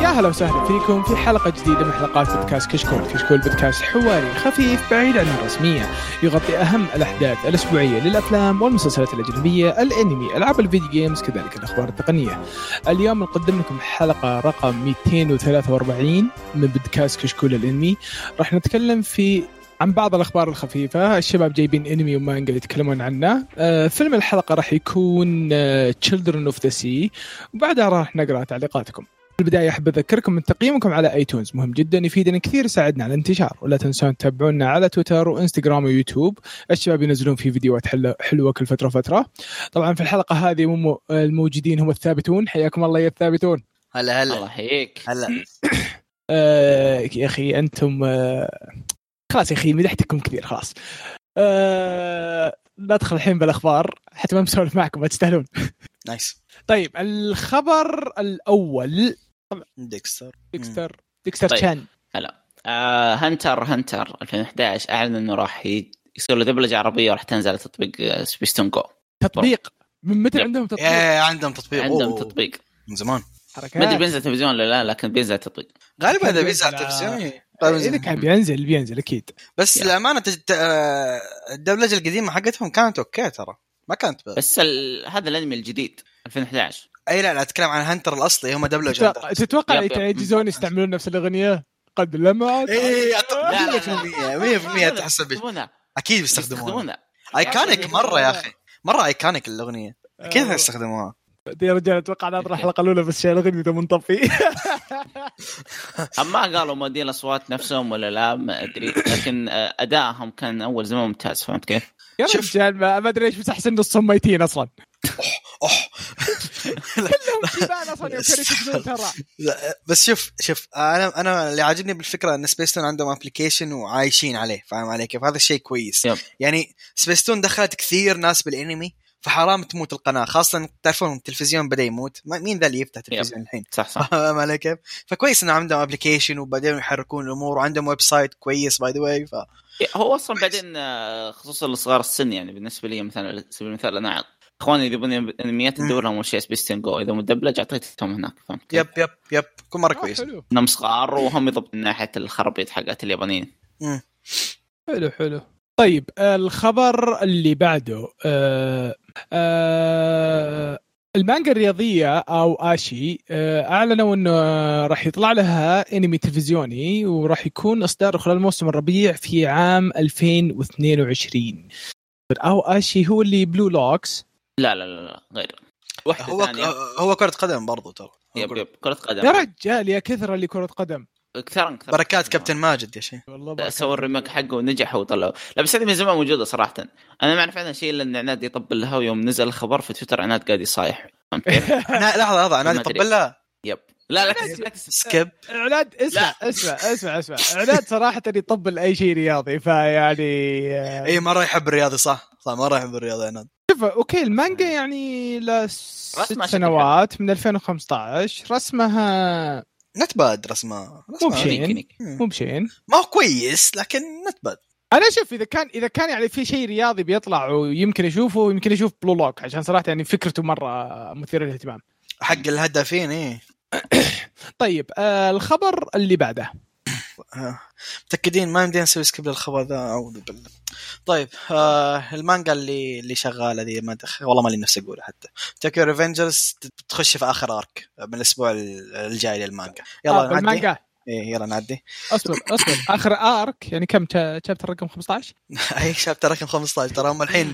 هلا وسهلا فيكم في حلقة جديدة من حلقات بودكاست كشكول بودكاست حواري خفيف بعيد عن الرسمية، يغطي أهم الأحداث الأسبوعية للأفلام والمسلسلات الأجنبية، الأنمي، ألعاب الفيديو جيمز، كذلك الأخبار التقنية. اليوم نقدم لكم حلقة رقم 243 من بودكاست كشكول الأنمي. راح نتكلم عن بعض الأخبار الخفيفة. الشباب جايبين أنمي ومانجا يتكلمون عنه. فيلم الحلقة راح يكون Children of the Sea، وبعدها راح نقرأ تعليقاتكم. في البداية أحب أذكركم من تقييمكم على ايتونز، مهم جدا، يفيدنا كثير، يساعدنا على الانتشار. ولا تنسون تتابعونا على تويتر وإنستغرام ويوتيوب. الشباب ينزلون في فيديوهات حلوة كل فترة. طبعا في الحلقة هذه الموجودين هم الثابتون. حياكم الله يا الثابتون. هلا الله يحييك. هلا. يا أخي أنتم خلاص يا أخي مدحتكم كثير خلاص. ندخل الحين بالأخبار حتى ما مسولف معكم، ما تستاهلون. نايس. طيب الخبر الأول ديكستر طيب. شان هلا. هنتر 2011 أعلن إنه راح يصير له دبلجة عربية وراح تنزل على تطبيق سبيستون جو. تطبيق من متى عندهم تطبيق؟ عندهم تطبيق من زمان. ما أدري بينزل تلفزيون ولا لا، لكن بينزل تطبيق غالبا. هذا بينزل تلفزيون. إذا كان بينزل أكيد. بس الأمانة الدبلجة القديمة حقتهم كانت أوكي ترى، ما كانت بس هذا الأنمي الجديد 2011. أي لا أتكلم عن هنتر الأصلي، هم دبلجة. تتوقع يتعجزون يستعملون نفس الأغنية قد لما؟ إيه 100% تحسب أكيد بيستخدمونها. أيكونيك مرة يا أخي، مرة أيكونيك الأغنية، أكيد هيستخدموها. يا رجال اتوقع نظرة الحلقة الأولى بس شيء الأغنية ده منطفي. أما قالوا موديل الأصوات نفسهم ولا لا ما أدري، لكن أدائهم كان أول زمان ممتاز. فهمت كيف؟ يا رجال ما أدري إيش بس أحسن نص ميتين أصلا. كلهم شبان أصلا يمكن ترى. بس شوف أنا اللي عاجبني بالفكرة إن سبيستون عندهم أبليكيشن وعايشين عليه، فاهم علي كيف؟ هذا الشيء كويس. يعني سبيستون دخلت كثير ناس بالأنمي، فحرام تموت القناة، خاصة تعرفون التلفزيون بدأ يموت، مين ذا اللي يفتح تلفزيون الحين؟ صح. ما كيف؟ فكويس إنه عندهم أبليكيشن وبعدين يحركون الأمور، وعندهم ويب سايت كويس باي ذا واي. هو أصلا بعدين خصوصا لصغار السن، يعني بالنسبة لي مثلا سبيل المثال أنا إخواني يبون أنميات تدور لهم شيء سبيستين جو، إذا مدبلج أعطيتهم هناك. فهمت؟ يب كل مرة كويس. نم صغار وهم يضبط من ناحية الخرابيط حقات اليابانيين. حلو. طيب الخبر اللي بعده المانجا الرياضية أو آشي أعلنوا أنه راح يطلع لها أنمي تلفزيوني، وراح يكون إصدار خلال موسم الربيع في عام 2022. أو آشي هو اللي بلو لوكس؟ لا غير هو كرة قدم برضو ترى. يب كرة قدم يا رجال، يا كثر اللي كرة قدم. كثر بركات كابتن ماجد يا شيء، سووا الريميك حقه ونجح وطلعوا. لا بس هذه من زمان موجودة صراحة. أنا ما أعرف عنها شيء إلا إن عناد يطبل لها، ويوم نزل الخبر في تويتر عناد قاعد يصايح. لحظة عناد يطبل لها. يب لا سكيب. عناد اسمع عناد صراحة يطبل أي شيء رياضي، فيعني إيه مرة يحب الرياضي. صح مرة يحب الرياضي عناد. شوف أوكي المانجا يعني 6 سنوات من 2015 رسمها نتباد، رسمه مو بشين، ما هو كويس لكن نتباد. انا شوف اذا كان يعني في شيء رياضي بيطلع ويمكن يشوف بلو لوك، عشان صراحه يعني فكرته مره مثيره للاهتمام حق الهدافين. ايه طيب الخبر اللي بعده متاكدين ما يمدينا نسوي سكيب للخبر ذا؟ اعوذ بالله. طيب المانجا اللي شغاله ذي والله ما لي نفسي اقولها حتى. توكيو ريفنجرز تخش في اخر ارك من الاسبوع الجاي للمانجا. يلا المانجا. ايه يلا نعدي. اصبر اخر ارك يعني كم شابتر رقم 15؟ اي شابتر رقم 15 ترى هم الحين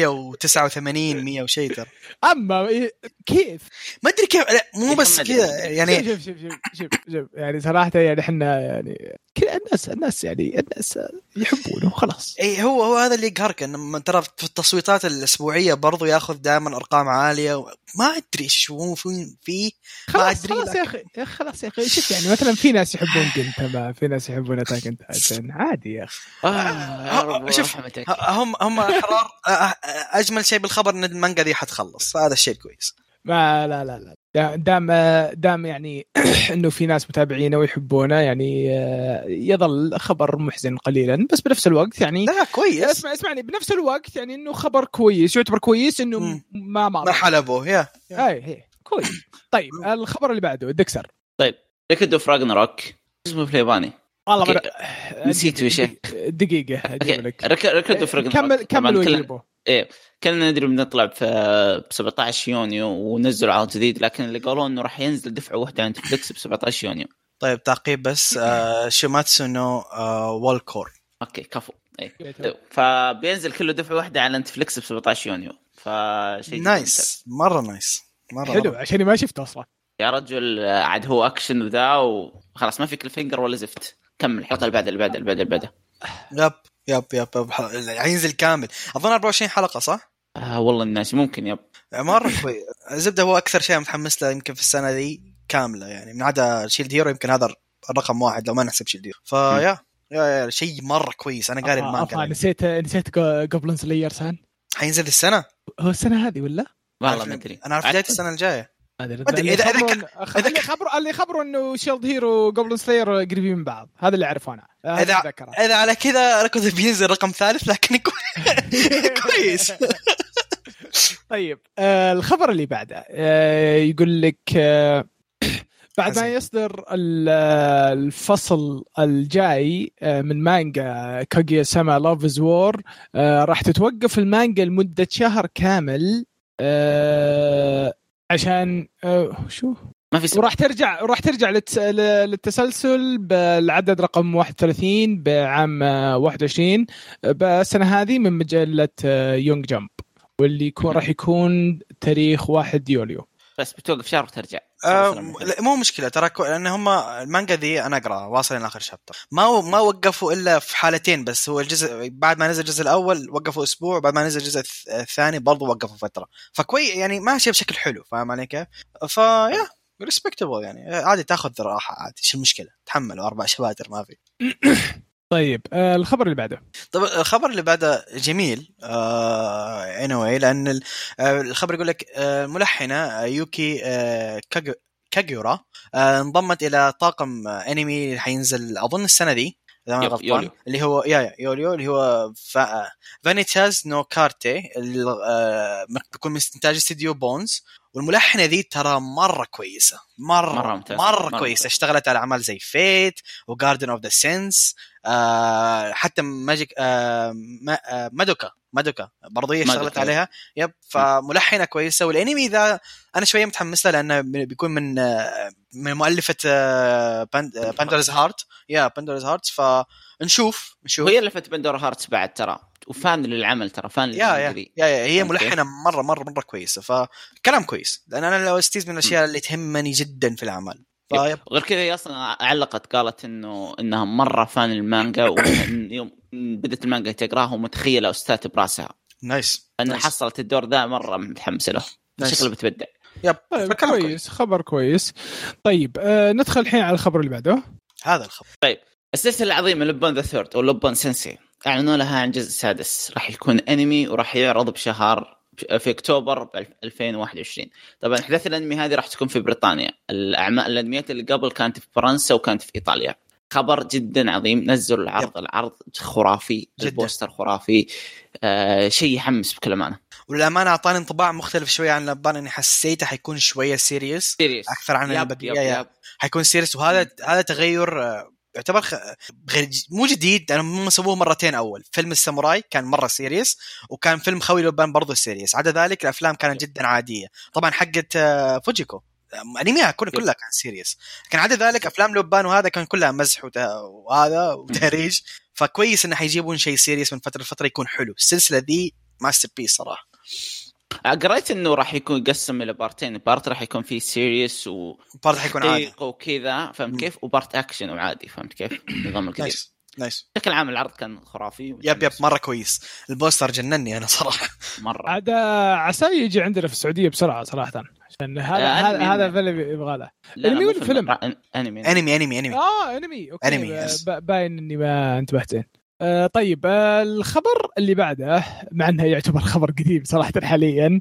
189 100 وشيء ترى. اما كيف ما ادري كيف، مو بس كذا يعني. شوف يعني صراحه يعني احنا يعني كل الناس يعني الناس يحبونه خلاص. اي هو هذا اللي يقهرك، انه ترى في التصويتات الاسبوعيه برضو ياخذ دائما ارقام عاليه، ما ادري شو فيه ما ادري. خلاص يا اخي شوف يعني مثلا في ناس يحبون جنتما، في ناس يحبون اتاك انت عادي يا اخي. شوف هم احرار. اجمل شيء بالخبر ان المانجا دي حتخلص، هذا الشيء كويس. ما لا دام يعني انه في ناس متابعينه ويحبونه، يعني يظل خبر محزن قليلا، بس بنفس الوقت يعني لا كويس. اسمعني بنفس الوقت يعني انه خبر كويس، يعتبر كويس انه ما حلبوه. هي كويس. طيب الخبر اللي بعده ديكستر. طيب ريكوردو راجناروك اسمه في الياباني والله نسيت وش دقيقة أجيب لك ريكوردو راجناروك كمل وجيبه. إيه كنا ندري بنطلع في 17 يونيو ونزلوا عرض جديد، لكن اللي قالوا إنه راح ينزل دفعة واحدة عند نتفليكس ب 17 يونيو. طيب تعقيب بس شوماتسو نو والكور. اوكي كفو. ايه فبينزل كله دفعه واحده على نتفليكس ب 17 يونيو، فشيء نايس مره نايس مره حلو مرة. عشان ما شفته اصلا يا رجل، عاد هو اكشن وذا وخلاص ما في كل فينجر ولا زفت. كمل الحلقه اللي بعدها يب ينزل كامل اظن 24 حلقه صح؟ والله الناس ممكن يب مره كويس. الزبده هو اكثر شيء متحمس له يمكن في السنه دي كامله، يعني من عدا شيلد هيرو يمكن هذا الرقم واحد لو ما نحسب شيلد هيرو. يا شيء مره كويس. انا قاري المانجا. نسيت قبل سلاير سان هينزل السنه. هو السنه هذه ولا والله ما ادري. انا عارف بدايه السنه الجايه. اللي خبروا انه شيلد هيرو قبل سلاير قريبين من بعض، هذا اللي اعرفه انا. اذا على كذا ركض بينزل رقم ثالث لكن يكون كويس. طيب الخبر اللي بعده يقول لك بعد ما يصدر الفصل الجاي من مانجا كاغويا ساما لاف از وور، راح تتوقف المانجا لمدة شهر كامل عشان شو ما في وراح ترجع للتسلسل بالعدد رقم 31 بعام 21 بالسنة هذه من مجلة يونغ جامب، واللي راح يكون تاريخ 1 يوليو. بس بتوقف شهر وترجع. مو مشكله ترى، لان هم المانجا دي انا اقرا واصلين اخر شابتر. ما وقفوا الا في حالتين بس. هو الجزء بعد ما نزل الجزء الاول وقفوا اسبوع، بعد ما نزل الجزء الثاني برضو وقفوا فتره. فكويس يعني ماشي بشكل حلو، فاهم علي كيف؟ فيا ريسبكتبل يعني عادي تاخذ راحه عادي. شو المشكله؟ تحملوا 4 شباتر ما في. طيب الخبر اللي بعده. طب الخبر اللي بعده جميل anyway، لأن الخبر يقول لك الملحنة يوكي كاغيورا انضمت إلى طاقم أنمي حينزل أظن السنة دي إذا ما غلطان، اللي هو يوليو اللي هو فانيتاز نو كارتي، بيكون من استنتاج استديو بونز. والملحنة ذي ترى مرة كويسة، مرة كويسة. اشتغلت على أعمال زي فيت وغاردن اوف ذا سينس، حتى ماجيك مادوكا برضو اشتغلت عليها. يب فملحنة كويسة. والانمي ذا انا شوية متحمس له لانه بيكون من مؤلفة باندورز هارت. باندورز هارت. فنشوف هي اللي فت باندورز هارت بعد ترى، وفان للعمل ترى، فان هي ملحنة مرة كويسة. فكلام كويس، لان انا لو استيز من الاشياء اللي تهمني جدا في العمل. غير كذا هي اصلا علقت قالت انها مره فان المانجا، ويوم بدت المانجا تقراها ومتخيله استاذ براسها. نايس. انا حصلت الدور ذا مره متحمس له، شكله بتبدع. كويس، خبر كويس. طيب ندخل الحين على الخبر اللي بعده. هذا الخبر. طيب السلسله العظيمه لوبان ذا ثيرد او لوبان سينسي اعلنوا لها عن جزء سادس راح يكون انمي وراح يعرض بشهر في اكتوبر 2021. طبعا احداث الانمي هذه راح تكون في بريطانيا. الانميات اللي قبل كانت في فرنسا وكانت في ايطاليا. خبر جدا عظيم. نزلوا العرض خرافي، البوستر خرافي، شيء يحمس بكل امانه. وللامانه اعطاني انطباع مختلف شويه عن لبان، اني حسيته حيكون شويه سيريس اكثر عن البقيه. حيكون سيريس، وهذا تغير يعتبر غير مو جديد. انا هم سووه مرتين. اول فيلم الساموراي كان مره سيريس، وكان فيلم خوي لوبان برضو سيريس. عدا ذلك الافلام كانت جدا عاديه. طبعا حقت فوجيكو انميها كلها كان سيريس، لكن عدا ذلك افلام لوبان وهذا كان كلها مزح وهذا وتهريج. فكويس انه حيجيبون شيء سيريس من فتره لفتره يكون حلو. السلسله دي ماستر بيس صراحه. قريت انه راح يكون يقسم الى بارتين. بارت راح يكون فيه سيريس وبارت حيكون عادي وكذا، فهمت كيف؟ وبارت اكشن وعادي، فهمت كيف؟ نظام الجديد. نايس. بشكل عام العرض كان خرافي. يب مره كويس. البوستر جنني انا صراحه مره. عاد عسى يجي عندنا في السعوديه بسرعه صراحه، عشان هذا اللي يبغى له. انمي ولا فيلم؟ انمي. انمي اوكي. انمي باين اني ما انتبهت. طيب الخبر اللي بعده، مع انه يعتبر خبر قديم صراحه حاليا،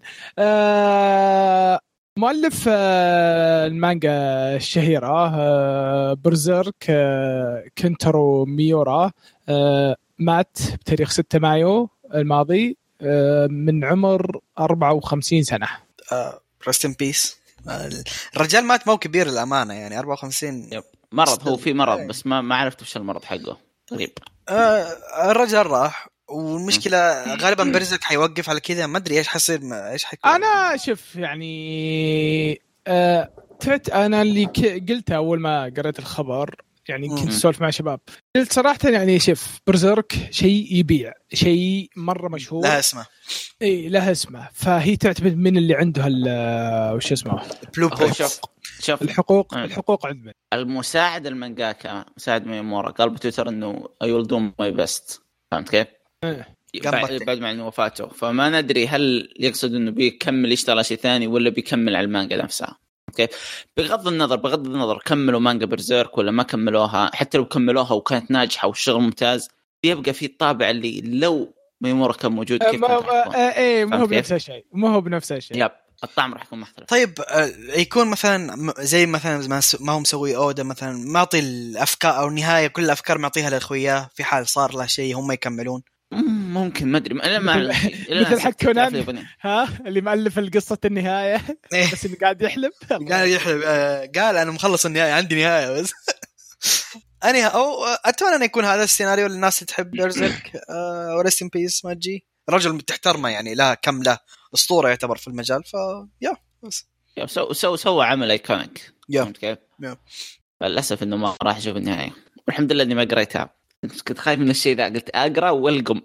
مؤلف المانجا الشهيره برزيرك كنتارو ميورا مات بتاريخ 6 مايو الماضي من عمر 54 سنه. رست ان بيس الرجال مات مو كبير الامانه يعني 54. مرض، هو في مرض بس ما عرفت وش المرض حقه غريب. الرجال راح، والمشكله غالبا برزك حيوقف على كذا، ما ادري ايش حيصير، ايش حيكون. انا شوف يعني انا اللي قلته اول ما قرأت الخبر يعني كنت اسولف مع شباب، قلت صراحه يعني شوف برزيرك شيء يبيع، شيء مره مشهور، لها اسمه، اي لها اسمه، فهي تعتمد من اللي عنده وش اسمه بلو برنت. شوف الحقوق عند من المساعد المانجاكا مساعد ميمورا قال بتويتر انه I will do my best، فهمت كيف؟ بعد ما انه وفاته، فما ندري هل يقصد انه بيكمل يشتغل شيء ثاني ولا بيكمل على المانجا نفسها. اوكي، بغض النظر كملوا مانجا برزيرك ولا ما كملوها، حتى لو كملوها وكانت ناجحه والشغل ممتاز، بيبقى في الطابع اللي لو ميمورا كان موجود كيف ما هو بنفس الشيء، يب الطعم راح يكون مختلف. طيب يكون مثلا زي مثلا ما هو مسوي اودا مثلا، معطي الافكار او النهايه كل الافكار معطيها لاخوياه، في حال صار له شيء هم يكملون. ممكن ما ادري مثل حق كونان اللي مؤلف القصه النهايه بس اللي قاعد يحلم قال انا مخلص النهايه، عندي نهايه بس. انا او اتمنى ان يكون هذا السيناريو للناس اللي تحب بيرزيرك. وريست ان بيس ماجي، رجل تحترمه يعني، لا كم له اسطوره يعتبر في المجال، يا بس سوى عمل ايكونيك. فهمت كيف؟ للاسف انه ما راح اشوف النهايه، والحمد لله اني ما قريتها، كنت خايف من الشيء ذا، قلت اقرا والقم.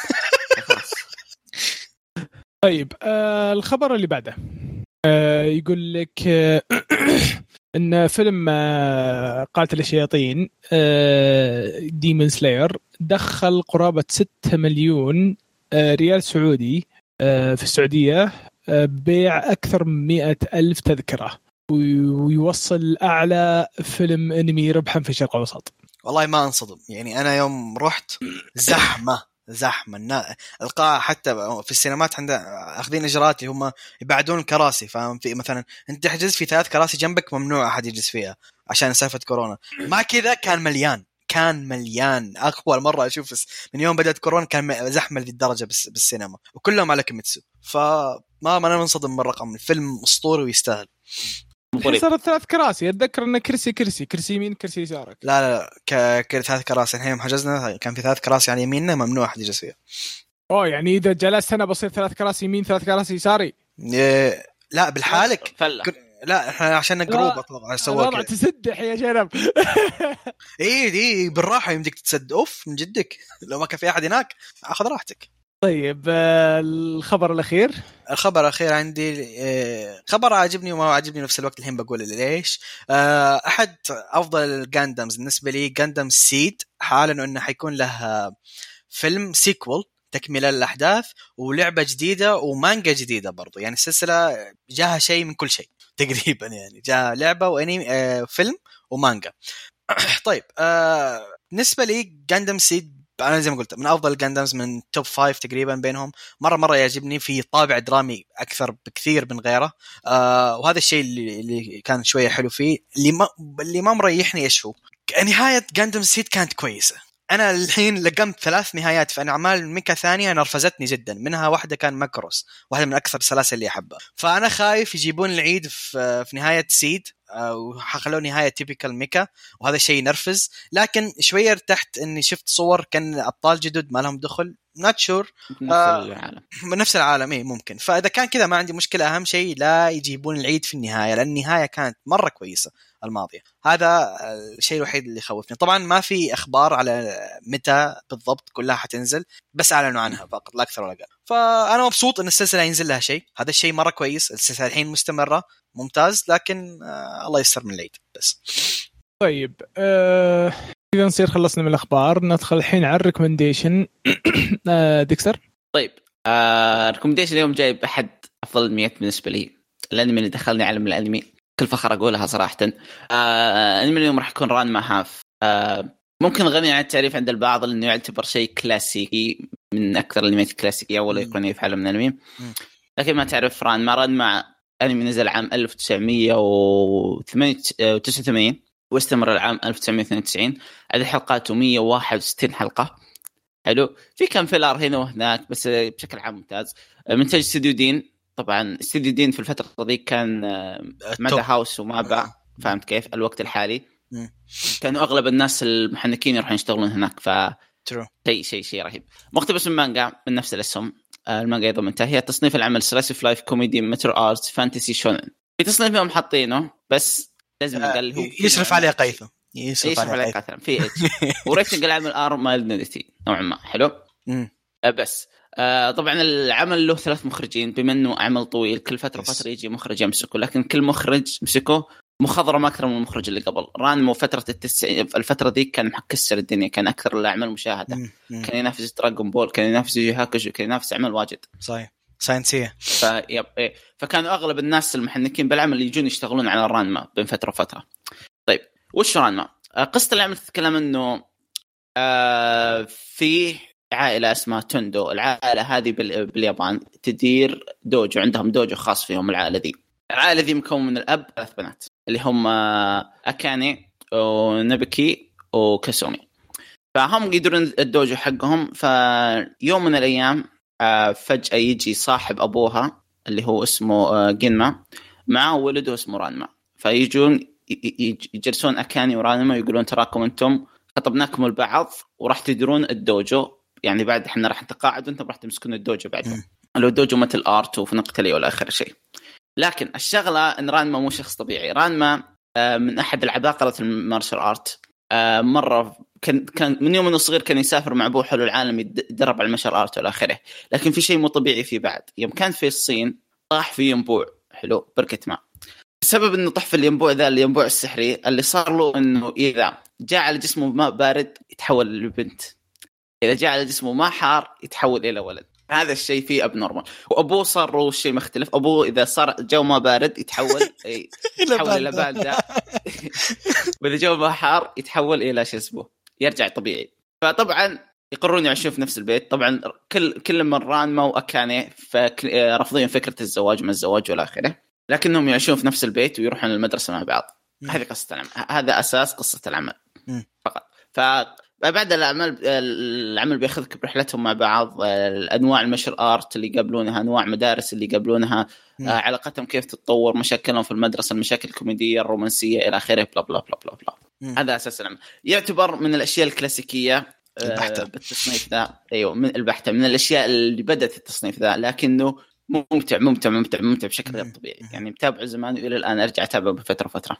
طيب الخبر اللي بعده يقول لك ان فيلم قاتل الشياطين ديمون سلاير دخل قرابة 6 مليون ريال سعودي في السعودية، بيع أكثر من 100,000 تذكرة، ويوصل أعلى فيلم أنمي ربحا في الشرق الأوسط. والله ما انصدم يعني، أنا يوم رحت زحمة القاعة، حتى في السينمات عندنا أخذين إجراءات هم يبعدون الكراسي، فاهم؟ في مثلا أنت تحجز في 3 كراسي جنبك ممنوع أحد يجلس فيها عشان سالفة كورونا. ما كذا كان مليان أول مرة أشوف من يوم بدأت كورونا كان زحمة للدرجة بالسينما، وكلهم على كيميتسو. فما أنا منصدم من الرقم، الفيلم أسطوري ويستاهل. صارت 3 كراسي، أتذكر أن كرسي يمين كرسي يسارك. لا 3 كراسي. الحين حجزنا كان في 3 كراسي على يميننا ممنوع أحد يجلس فيها. يعني إذا جلست أنا بصير 3 كراسي يمين 3 كراسي يساري. لا بالحالك لا احنا عشان جروب اطلع سوا كذا تسدح يا شرف. ايه دي بالراحه يمديك تسد اوف من جدك، لو ما كان في احد هناك اخذ راحتك. طيب الخبر الاخير عندي خبر عاجبني وما عاجبني نفس الوقت، الحين بقول ليش. احد افضل الجاندمز بالنسبه لي جاندم سيد، حالا انه حيكون له فيلم سيكول تكمله للاحداث، ولعبه جديده ومانجا جديده برضو، يعني السلسله جاها شيء من كل شيء تقريبا، يعني جاء لعبه وانمي فيلم ومانجا. طيب بالنسبه لي جاندم سيد انا زي ما قلت من افضل الجاندمز، من توب 5 تقريبا بينهم، مره يعجبني، في طابع درامي اكثر بكثير من غيره. وهذا الشيء اللي كان شويه حلو فيه، اللي ما مريحني ايش هو، نهايه جاندم سيد كانت كويسه. أنا الحين لقمت 3 نهايات في أعمال ميكا ثانية نرفزتني جدا، منها واحدة كان ماكروس، واحدة من أكثر السلاسل اللي أحبها. فأنا خايف يجيبون العيد في نهاية سيد وحخلوا نهاية تيبيكال ميكا، وهذا الشيء نرفز. لكن شوية ارتحت إني شفت صور كان أبطال جدد ما لهم دخل، ناتشور من نفس العالم إيه ممكن. فإذا كان كذا ما عندي مشكلة، أهم شيء لا يجيبون العيد في النهاية، لأن النهاية كانت مرة كويسة الماضية. هذا الشيء الوحيد اللي خوفني. طبعا ما في أخبار على متى بالضبط كلها حتنزل، بس أعلنوا عنها فقط لا أكثر ولا أقل. فأنا مبسوط إن السلسلة ينزل لها شيء، هذا الشيء مرة كويس. السلسلة الحين مستمرة ممتاز، لكن الله يستر من العيد بس. طيب إذا نصير خلصنا من الأخبار، ندخل الحين على الريكومنديشن. ديكستر. طيب الريكومنديشن اليوم جايب أحد أفضل 100 بالنسبة لي، الأنمي اللي دخلني عالم الأنمي، كل فخر أقولها صراحة. أنمي اليوم راح يكون ران ما هاف. ممكن غني عن التعريف عند البعض لأنه يعتبر شيء كلاسيكي، من أكثر الأنميات الكلاسيكية ولا يكون في عالم الأنمي. لكن ما تعرف ران مع أنمي نزل عام 1989 واستمر العام 1992، عدد حلقاته 161 حلقة. حلو، في كم فيلر هنا وهناك بس بشكل عام ممتاز. منتج استوديو دين، طبعا استديو دين في الفتره ذيك كان مادا هاوس وما باع، فهمت كيف الوقت الحالي كانوا اغلب الناس المحنكين يروحون يشتغلون هناك، ف شيء رهيب. مقتبس من مانجا من نفس الاسم. المانجا ايضا منتهيه. تصنيف العمل سلايس اوف لايف كوميدي متر ارت فانتسي شونن. في تصنيف يوم حاطينه بس لازم يقال هو يشرف عليه قيثم، يشرف عليه قيثم في اتش وريتنج العمل ار مايلد نوديتي نوعا ما حلو. بس طبعا العمل له 3 مخرجين، بما انه عمل طويل كل فتره يجي مخرج يمسكه، لكن كل مخرج مسكه مخضرم اكثر من المخرج اللي قبل. رانمو فتره الفتره دي كان مكسر الدنيا، كان اكثر الاعمال مشاهده، كان ينافس دراغون بول، كان ينافس يو هاكوشو، كان ينافس اعمال واجد صحيح ساينسيه. فكانوا اغلب الناس المحنكين بالعمل اللي يجون يشتغلون على رانما بين فتره وفتره. طيب وش رانما؟ قصه العمل تتكلم انه في عائله اسمها توندو. العائله هذه باليابان تدير دوجو، عندهم دوجو خاص فيهم. العائله ذي مكون من الاب 3 بنات اللي هم اكاني ونبكي وكاسومي. فهم يديرون الدوجو حقهم. فيوم من الايام فجأة يجي صاحب ابوها اللي هو اسمه جينما مع ولده اسمه رانما. فيجون يجلسون اكاني ورانما يقولون تراكم انتم خطبناكم البعض وراح تديرون الدوجو، يعني بعد احنا راح نتقاعد وانتم راح تمسكون الدوجو بعدهم. لو الدوجو مثل ارت وفنون قتاليه ولا اخر شيء. لكن الشغله ان رانما مو شخص طبيعي. رانما من احد العباقره المارشال ارت. مره كان من يوم انه صغير كان يسافر مع ابوه حول العالم يتدرب على المارشال ارت ولا اخره. لكن في شيء مو طبيعي فيه بعد. يوم كان في الصين طاح في ينبوع حلو بركه ماء. السبب انه طاح في الينبوع ذا الينبوع السحري اللي صار له انه اذا جاء على جسمه ماء بارد يتحول لبنت، اذا جاء على جسمه ماء حار يتحول الى ولد. هذا الشيء فيه ابنورمال. وابوه صار له شيء مختلف. ابوه اذا صار جو ما بارد يتحول الى بالده واذا جو ما حار يتحول الى شيء اسمه يرجع طبيعي. فطبعا يقررون يعيشون في نفس البيت. طبعا كل من رانما واكاني رافضين فكره الزواج من الزواج ولا اخره، لكنهم يعيشون في نفس البيت ويروحون المدرسه مع بعض. هذه قصه العمل، هذا اساس قصه العمل فقط. بعد العمل بياخذك برحلتهم مع بعض. انواع المارشال ارت اللي يقابلونها، انواع مدارس اللي يقابلونها، علاقتهم كيف تتطور، مشاكلهم في المدرسه، المشاكل الكوميديه الرومانسيه الى اخره بلا بلا بلا بلا بلا. هذا اساس العمل. يعتبر من الاشياء الكلاسيكيه بالتصنيف ذا. ايوه من البحته، من الاشياء اللي بدت التصنيف ذا، لكنه ممتع ممتع ممتع ممتع بشكل غير طبيعي. يعني متابع زمان والى الان ارجع اتابعه بفتره.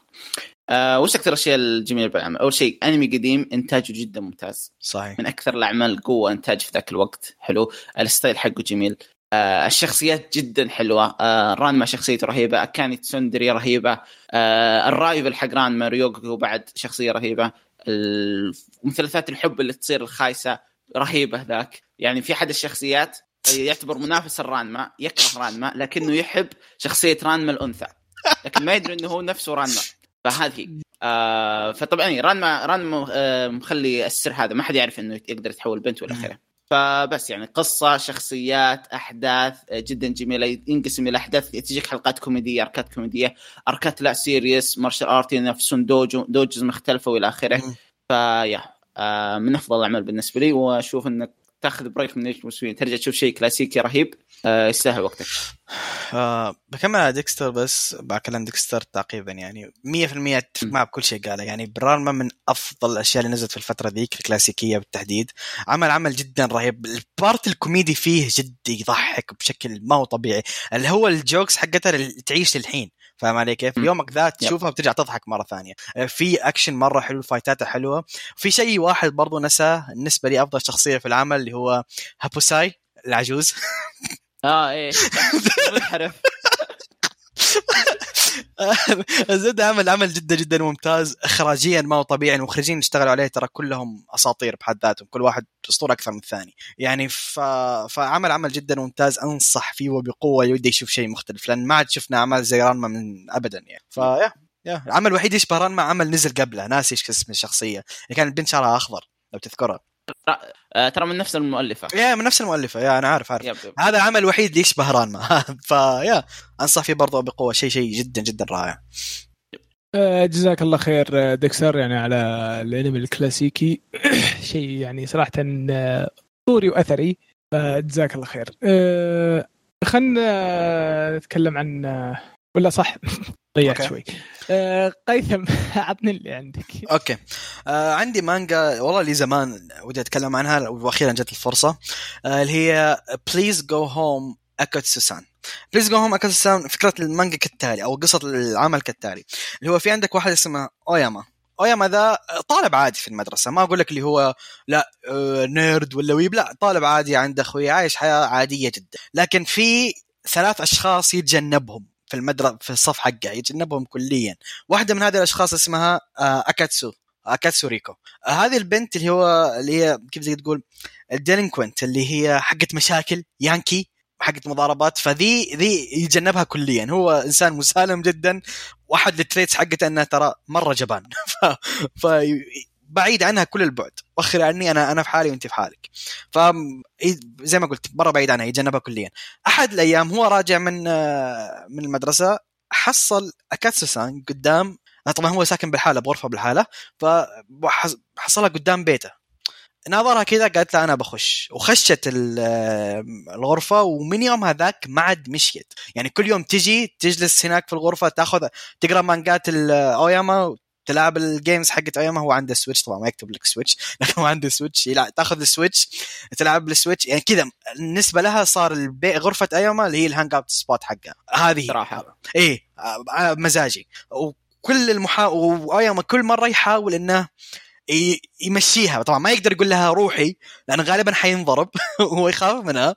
وش اكثر الاشياء الجميله بالعمل؟ اول شيء انمي قديم انتاجه جدا ممتاز صحيح، من اكثر الاعمال قوه انتاج في ذاك الوقت. حلو الستايل حقه جميل. الشخصيات جدا حلوه. رانما شخصيته رهيبه، كانت سوندري رهيبه. الرايفل حق رانما ريوغو بعد شخصيه رهيبه. مثلثات الحب اللي تصير الخايسه رهيبه ذاك. يعني في احد الشخصيات يعتبر منافس رانما، يكره رانما لكنه يحب شخصيه رانما الانثى، لكن ما يدري انه هو نفسه رانما. فهذه فطبعا رانما مخلي السر هذا، ما حد يعرف انه يقدر يتحول بنت ولا اخره. فبس يعني قصه، شخصيات، احداث جدا جميله. ينقسم الى احداث تجيك حلقات كوميديه، اركات كوميديه، اركات لا سيريس مارشال ارت ينافسون دوجز مختلفه والى اخره. فيا من افضل الاعمال بالنسبه لي. واشوف انك تاخذ بريك من المسوين ترجع تشوف شيء كلاسيكي رهيب يستاهل وقتك. بكمل على ديكستر، بس بكلم ديكستر تقريبا يعني 100% اتفق معه بكل شيء قاله. يعني برانما من افضل الاشياء اللي نزلت في الفتره ذيك الكلاسيكيه بالتحديد. عمل جدا رهيب. البارت الكوميدي فيه جد يضحك بشكل ما هو طبيعي، اللي هو الجوكس حقتها اللي تعيش للحين، فاهم علي كيف؟ يومك ذات تشوفها بترجع تضحك مرة ثانية. في أكشن مرة حلو، فايتاته حلوة. في شيء واحد برضو نسى بالنسبة لي أفضل شخصية في العمل، اللي هو هابوساي العجوز. ايه منحرف. زد عمل جدا جدا ممتاز. اخراجيا ما هو طبيعي. المخرجين اشتغلوا عليه ترى كلهم اساطير بحد ذاتهم، كل واحد اسطوره اكثر من الثاني يعني. فعمل جدا ممتاز، انصح فيه وبقوه. يودي يشوف شيء مختلف، لان ما عاد شفنا اعمال زي رانما من ابدا يعني. العمل الوحيد يشبه رانما عمل نزل قبله، ناسي ايش اسم الشخصيه اللي كان البنت شعرها اخضر لو تذكرها. ترى من نفس المؤلفة. من نفس المؤلفة. أنا عارف. يب. هذا العمل الوحيد اللي يشبه رانما. أنصح فيه برضه بقوة. شيء جدا جدا رائع. جزاك الله خير ديكستر يعني على الانمي الكلاسيكي. شيء يعني صراحة أسطوري وأثري. جزاك الله خير. خلنا نتكلم عن ولا صح ضيعت شوي. قيثم عطني اللي عندك. اوكي عندي مانجا والله لي زمان ودي اتكلم عنها واخيرا جت الفرصه، اللي هي Please Go Home Akatsusan. Please Go Home Akatsusan فكره المانجا كالتالي او قصه العمل كالتالي، اللي هو في عندك واحد اسمه اوياما ذا طالب عادي في المدرسه، ما اقول لك اللي هو لا نيرد ولا ويب، لا طالب عادي عنده اخوي عايش حياه عاديه جدا، لكن في 3 أشخاص يتجنبهم في المدرسة في الصف حقه، يتجنبهم كليا. واحدة من هذه الأشخاص اسمها أكاتسو ريكو. هذه البنت اللي هي كيف زي تقول الديلينكوينت، اللي هي حقة مشاكل يانكي، حقة مضاربات، ذي يتجنبها كليا. هو إنسان مسالم جدا، واحد التريتس حقته أنه ترى مرة جبان بعيد عنها كل البعد، وخر عني أنا في حالي وانت في حالك. فزي ما قلت برا بعيد عنها، يتجنبها كليا. أحد الأيام هو راجع من المدرسة، حصل أكاتسو-سان قدام، طبعا هو ساكن بالحالة بغرفة بالحالة، فحصلها قدام بيته، ناظرها كذا قالت له أنا بخش، وخشت الغرفة. ومن يوم هذاك ما عاد مشيت، يعني كل يوم تجي تجلس هناك في الغرفة، تقرأ مانجات الأوياما، تلعب الجيمز حقت أيامه. هو عنده سويتش، طبعا ما يكتب لك سويتش لكن هو عنده سويتش، تاخذ السويتش تلعب بالسويتش، يعني كذا بالنسبة لها صار غرفة أيامه اللي هي الهانج اوت سبوت حقها هذه صراحة. ايه مزاجي. وكل وأيامه كل مرة يحاول انه يمشيها، طبعا ما يقدر يقول لها روحي لأن غالبا حينضرب وهو يخاف منها،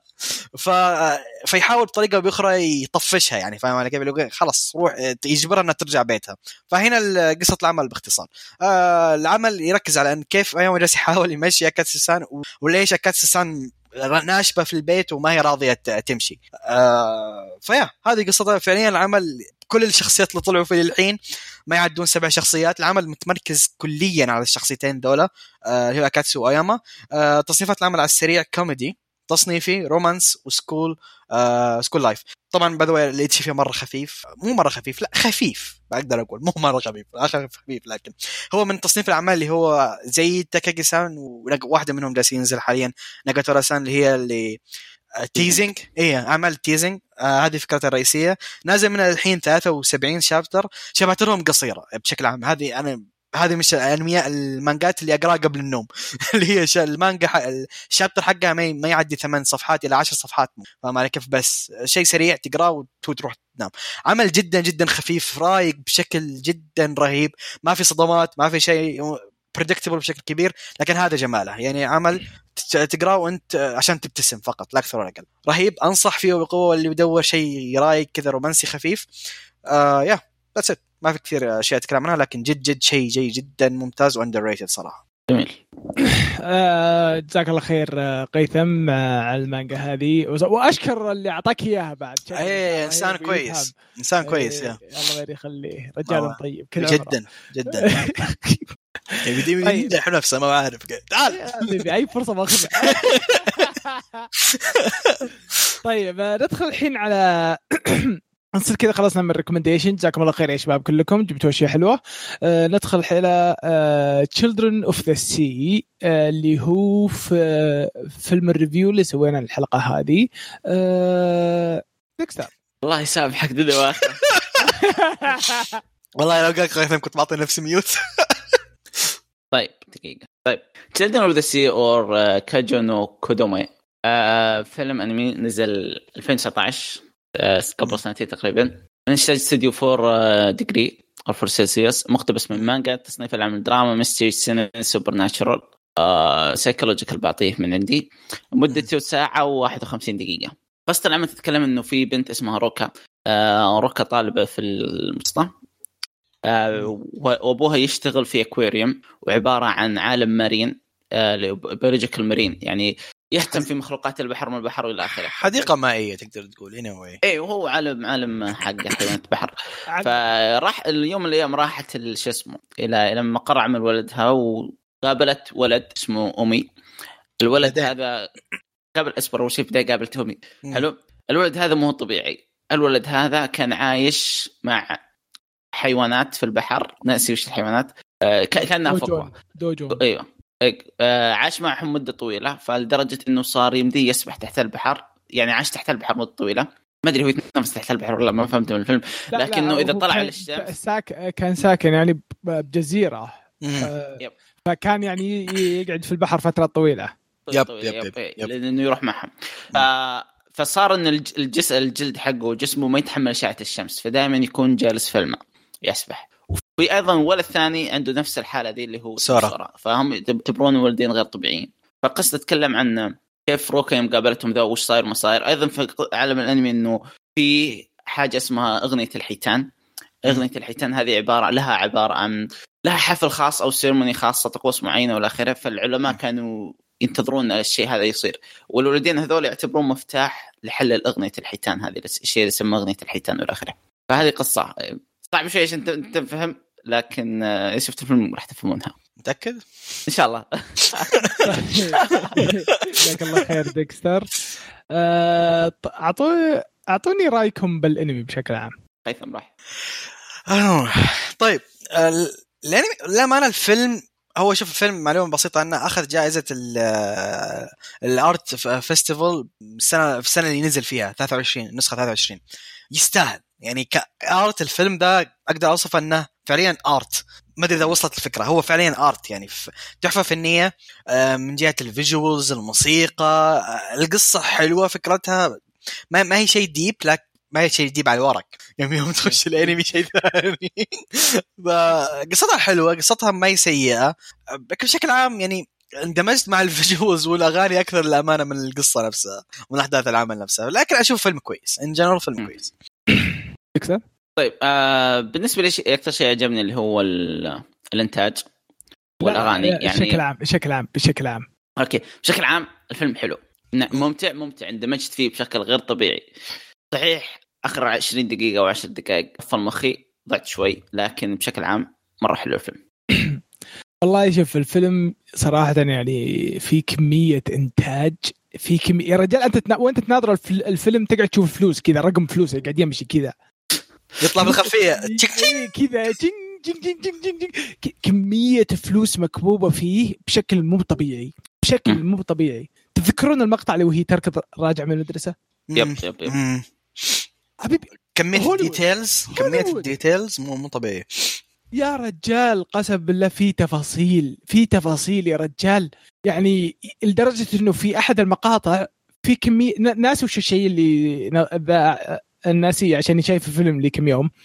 فيحاول بطريقة بأخرى يطفشها، يعني فاهم علي كيف؟ خلاص روح، يجبرها أنها ترجع بيتها. فهنا قصة العمل باختصار. العمل يركز على أن كيف أيام جالس يحاول يمشي أكاتسو-سان، وليش أكاتسو-سان ناشبة في البيت وما هي راضية تمشي. فيا هذه قصة فعليا. العمل كل الشخصيات اللي طلعوا في الحين ما يعدون 7 شخصيات. العمل متمركز كليا على الشخصيتين دولة، هي أكاتسو وأياما. تصنيفات العمل على السريع كوميدي، تصنيفي رومانس، وسكول سكول لايف. طبعا بدوي اللي فيه مرة خفيف، مو مرة خفيف، لا خفيف بقدر أقول، مو مرة خفيف، خفيف، لكن هو من تصنيف الأعمال اللي هو زي تاكاغي-سان، وواحدة منهم جالس ينزل حاليا ناغاتورا-سان، اللي هي اللي تيزنج، اعمال تيزنج. هذه فكرتها الرئيسيه. نازل من الحين 73 شابترهم قصيره بشكل عام. هذه مش الانمياء المانجات اللي اقراها قبل النوم اللي هي المانجا الشابتر حقها ما يعدي 8 صفحات الى 10 صفحات، فما عليك كيف، بس شيء سريع تقراه وتروح تنام. عمل جدا جدا خفيف، رايق بشكل جدا رهيب، ما في صدمات، ما في شيء predictable بشكل كبير، لكن هذا جماله. يعني عمل تقراه وانت عشان تبتسم فقط، لا اكثر ولا اقل. رهيب، انصح فيه بقوه. اللي يدور شيء رايق كذا رومانسي خفيف، يا that's it. ما في كثير اشياء اتكلم عنها، لكن جد شيء جيد جدا ممتاز واندر ريتد صراحه. جميل. جزاك الله خير قيثم على المانجا هذه، واشكر اللي اعطاك اياها بعد. ايه انسان كويس، انسان كويس. يا الله يخليه، رجال طيب جدا جدا. يبي يمدح نفسه، ما عارف. تعال حبيبي، اي فرصه باخذها. طيب ندخل الحين على نصير كذا، خلصنا من الريكومنديشن. جزاكم الله خير يا شباب كلكم، جبتوا اشياء حلوه. ندخل على Children of the Sea، اللي هو في فيلم الريفيو اللي سوينا الحلقه هذه. نكستر الله يسامحك دلوقتي. والله لو قلت قيثم كنت بعطي نفسي ميوت. طيب دقيقه. طيب Children of the Sea or Kajo no Kodome، فيلم انمي نزل 2019 قبل سنتين تقريبا، من إنتاج استوديو 4 ديجري أو 4 سيلسيوس، مقتبس من مانجا. تصنيف العمل دراما، ميستري، سينين، سوبر ناتشورال، سايكولوجيكال بعطيه من عندي. مدته 1 51 دقيقة. قصة العمل تتكلم إنه في بنت اسمها روكا طالبة في المسطح، وأبوها يشتغل في أكواريوم، وعبارة عن عالم مارين، بيولوجيكال مارين، يعني يهتم في مخلوقات البحر من البحر والى اخره. حديقه مائيه تقدر تقول anyway. ايه، وهو عالم حق حيوانات بحر. فراح اليوم من الايام راحت شو اسمه الى لما قرر عمل ولدها، وقابلت ولد اسمه أمي. الولد هذا قبل اصبر وش في بدايه قابلت أمي. حلو. الولد هذا مو طبيعي. الولد هذا كان عايش مع حيوانات في البحر، ناسي وش الحيوانات، كانها فقوة ايوه. عاش معهم مدة طويلة، فلدرجة إنه صار يمدي يسبح تحت البحر يعني عاش تحت البحر مدة طويلة. ما ادري هو يتنفس تحت البحر ولا ما فهمت من الفيلم، لكنه اذا طلع للشمس كان ساكن يعني بجزيرة، فكان يعني يقعد في البحر فترة طويلة. يب. لانه يروح معهم. فصار ان الجلد حقه وجسمه ما يتحمل اشعة الشمس، فدائما يكون جالس في الماء يسبح. وفي ايضا ولد ثاني عنده نفس الحالة دي اللي هو سورة، فهم يعتبرون ولدين غير طبيعيين. فالقصة تتكلم عن كيف روكا يوم قابلتهم ذا وش صاير ما صاير. ايضا في عالم الانمي انه في حاجة اسمها اغنية الحيتان. اغنية الحيتان هذه عبارة عن لها حفل خاص او سيرموني خاصة طقوس معينة ولا اخره. فالعلماء كانوا ينتظرون الشيء هذا يصير، والولدين هذول يعتبرون مفتاح لحل الاغنية الحيتان هذه، الشيء اللي يسمى اغنية الحيتان ولا اخره. فهذه قصة صعب شوي عشان انت تفهم، لكن شفت الفيلم راح تفهمونها. متأكد ان شاء الله. جزاك الله خير ديكستر. اعطوني رايكم بالانمي بشكل عام. قيثم راح. طيب الانمي لما انا الفيلم هو شوف الفيلم معلومه بسيطه انه اخذ جائزه الارت فيستيفال في السنه اللي نزل فيها 23 النسخه 23. يستاهل يعني كارت الفيلم ده اقدر اوصف انه فعليا ارت. ما ادري اذا وصلت الفكره، هو فعليا ارت يعني تحفه فنيه من جهه الفيجوالز الموسيقى القصه حلوه فكرتها ما هي شيء ديب، لكن ما هي شيء ديب على الورق يعني يوم تخش الانمي شيء ثاني. قصتها حلوه، قصتها ما هي سيئه، لكن بشكل عام يعني اندمجت مع الفيجوالز والاغاني اكثر للامانه من القصه نفسها ومن احداث العمل نفسها. لكن اشوف فيلم كويس ان جنرال، فيلم كويس. طيب بالنسبه لي اكثر شيء عجبني اللي هو الانتاج والاغاني. يعني بشكل عام اوكي بشكل عام الفيلم حلو ممتع اندمجت فيه بشكل غير طبيعي. صحيح اخر 20 دقيقه او 10 دقائق قفل مخي ضعت شوي، لكن بشكل عام مره حلو الفيلم. والله شوف الفيلم صراحه يعني في كميه انتاج، في كميه يا رجال. انت وانت تناظر الفيلم تقعد تشوف فلوس كذا، رقم فلوس قاعد يمشي كذا يطلع بالخلفيه كذا كميه فلوس مكبوبه فيه بشكل مو طبيعي. تذكرون المقطع اللي وهي تركض راجع من المدرسه؟ يب حبيبي كميه الديتيلز مو طبيعي يا رجال. قسم بالله في تفاصيل يا رجال، يعني لدرجه انه في احد المقاطع في كميه ناس وش الشيء اللي الناسي عشان شايف الفيلم لي كم يوم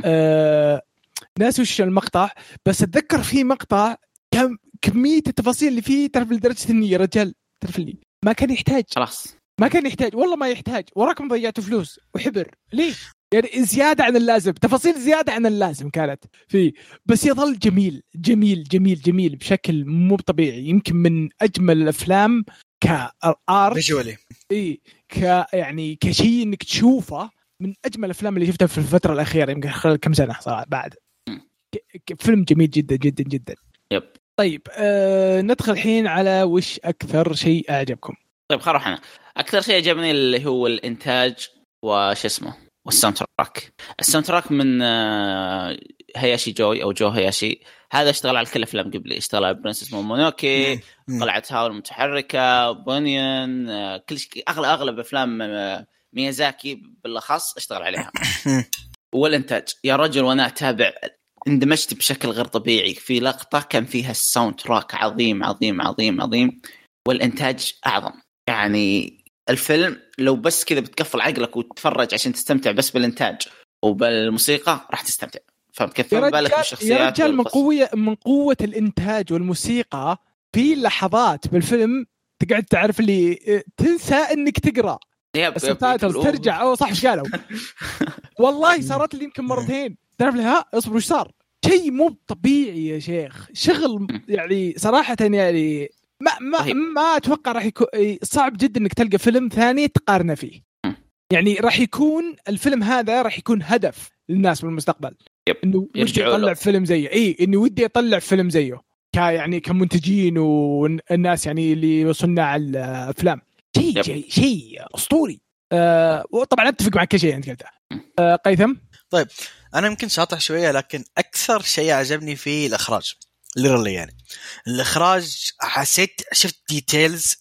ناس وش المقطع، بس اتذكر في مقطع كميه التفاصيل اللي فيه تعرف لدرجه اني يا رجال تعرف لي ما كان يحتاج، خلاص ما كان يحتاج، والله ما يحتاج، وراكم ضيعتوا فلوس وحبر ليه يعني زياده عن اللازم، تفاصيل زياده عن اللازم كانت فيه، بس يظل جميل بشكل مو طبيعي. يمكن من اجمل الافلام كارت فيجوالي، يعني كشيء انك تشوفه من اجمل الافلام اللي شفتها في الفتره الاخيره يمكن خلال كم سنه صراحه. بعد فيلم جميل جدا. يب. طيب ندخل الحين على وش اكثر شيء اعجبكم. طيب خلينا انا اكثر شيء عجبني اللي هو الانتاج وش اسمه والساوند تراك من هياشي جوي او جو هياشي. هذا اشتغل على كل الافلام قبلي، اشتغل على برنسس مومونوكي، قلعة هاول المتحركه، بونيون، كل شيء اغلب افلام ميازاكي بالاخص اشتغل عليها. والانتاج يا رجل وانا اتابع اندمجت بشكل غير طبيعي. في لقطه كان فيها الساوند تراك عظيم والانتاج اعظم. يعني الفيلم لو بس كذا بتقفل عقلك وتتفرج عشان تستمتع بس بالانتاج وبالموسيقى راح تستمتع. فهمت كيف؟ بالك بالشخصيات يا رجال من قوة الانتاج والموسيقى في لحظات بالفيلم تقعد تعرف اللي تنسى انك تقرا السبتايتلز ترجع صح ايش قالوا. والله صارت لي يمكن مرتين تعرف لها اصبر وش صار. شيء مو طبيعي يا شيخ، شغل يعني صراحة يعني ما اتوقع راح يكون صعب جدا انك تلقى فيلم ثاني تقارنه فيه. يعني راح يكون الفيلم هذا راح يكون هدف للناس بالمستقبل انه ودي يطلع فيلم زيه، انه ودي يطلع فيلم زيه يعني كمنتجين والناس يعني اللي صناع الافلام. شيء اسطوري. وطبعا اتفق معك كل شيء انت قلته. قيثم؟ طيب انا يمكن شاطح شويه، لكن اكثر شيء عجبني فيه الاخراج. literally يعني. الإخراج حسيت شفت ديتيلز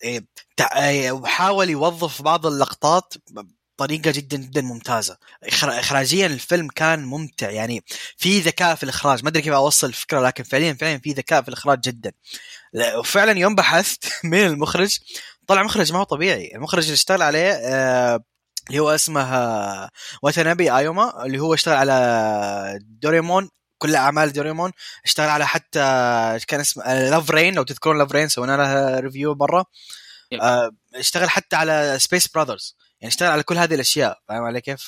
وحاول يوظف بعض اللقطات بطريقة جدا جدا ممتازة. إخراجيا الفيلم كان ممتع يعني، في ذكاء في الإخراج، ما أدري كيف أوصل الفكرة، لكن فعليا في ذكاء في الإخراج جدا. وفعلا يوم بحثت من المخرج طلع مخرج ما هو طبيعي. المخرج اللي اشتغل عليه اللي هو اسمه واتانابي ايوما، اللي هو اشتغل على دوريمون، كل اعمال دوريمون، اشتغل على حتى كان اسمه لاف رين، لو تذكرون لاف رين سوينا لها ريفيو برا. اشتغل حتى على سبيس براذرز، يعني اشتغل على كل هذه الاشياء، فاهم علي كيف؟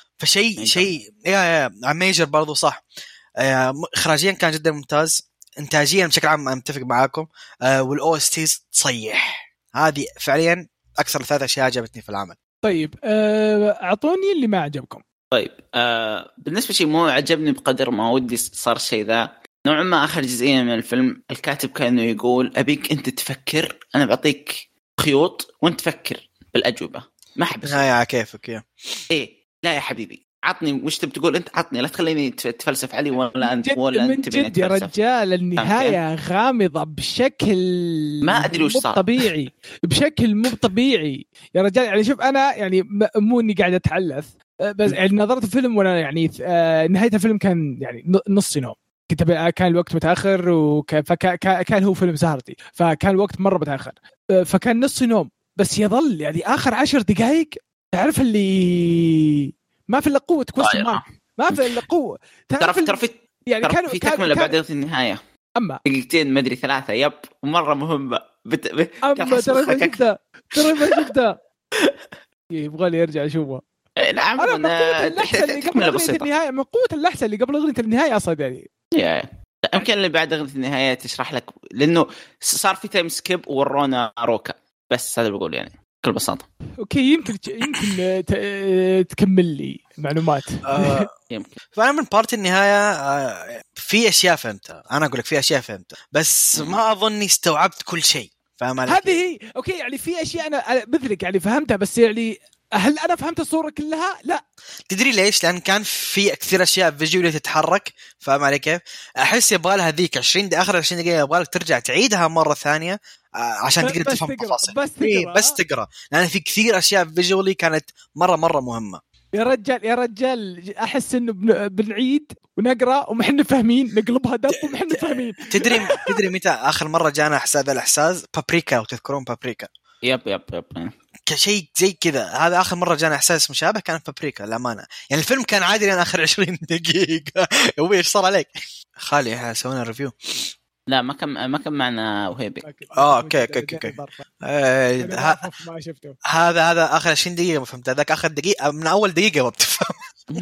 فشيء يا ميجر برضو صح. اخراجيا كان جدا ممتاز، انتاجيا بشكل عام متفق معاكم. والاو اس تيز تصيح، هذه فعليا اكثر 3 اشياء عجبتني في العمل. طيب اعطوني اللي ما عجبكم. طيب بالنسبه شيء مو عجبني بقدر ما ودي صار شيء ذا نوعا ما. اخر جزئيه من الفيلم الكاتب كانه يقول ابيك انت تفكر، انا بعطيك خيوط وانت تفكر بالاجوبه، ما احب يا كيفك يا ايه. لا يا حبيبي عطني وش تبي تقول انت، عطني، لا تخليني تفلسف علي ولا انت ولا انت من جد يا رجال. النهايه غامضه بشكل ما ادري وش صار، طبيعي بشكل مو طبيعي يا رجال. يعني شوف انا يعني مو اني قاعد اتحلث، بس يعني نظرت الفيلم وانا يعني نهايه الفيلم كان يعني نص نوم، كان الوقت متاخر فكان هو فيلم سهرتي، فكان الوقت مره متاخر، فكان نص نوم. بس يظل يعني اخر 10 دقائق تعرف اللي ما في الا قوه كويستشن مارك، ما في الا قوه. تعرف يعني كان في تكمله بعد النهايه، اما دقيقتين ما ادري 3 يب ومره مهمه اما ترى ما جدا يبغى لي يرجع اشوفه. نعم انا تكمله بسيطه النهايه من قوه اللحظه اللي قبل اغنيه النهايه اصلا يعني يمكن اللي بعد اغنيه النهايه تشرح لك، لانه صار في تايم سكيب وورونا روكا، بس هذا بقول يعني بكل بساطه. اوكي يمكن تكمل لي معلومات. يمكن. فانا من بارت النهايه في اشياء فهمتها، انا اقول لك في اشياء فهمتها، بس ما اظني استوعبت كل شيء، فاهم علي؟ هذه هي اوكي يعني في اشياء انا مثلك يعني فهمتها، بس يعني هل انا فهمت الصوره كلها؟ لا. تدري ليش؟ لان كان في كثير اشياء فيجوالي تتحرك، فاهم علي كيف؟ احس يبغى لها ذيك 20 اخر 20 دقيقه يبغى لك ترجع تعيدها مره ثانيه عشان تقدر تفهم التفاصيل، بس تقرا، لان في كثير اشياء فيجوالي كانت مره مهمه. يا رجال احس انه بنعيد ونقرا ومحن فاهمين، نقلبها دب ومحن فاهمين. تدري متى اخر مره جانا هذا الاحساس؟ بابريكا، وتذكرون بابريكا؟ يب كشيء زي كذا، هذا آخر مرة جانا إحساس مشابه كان بابريكا الأمانة. يعني الفيلم كان عادي لين آخر 20 دقيقة. إيش صار عليك خالي؟ سوينا ريفيو. لا ما كان معنا وهيبي. اوكي ما شفته. هذا آخر 20 دقيقة ما فهمت، هذاك آخر دقيقة من أول دقيقة ما بتفهم.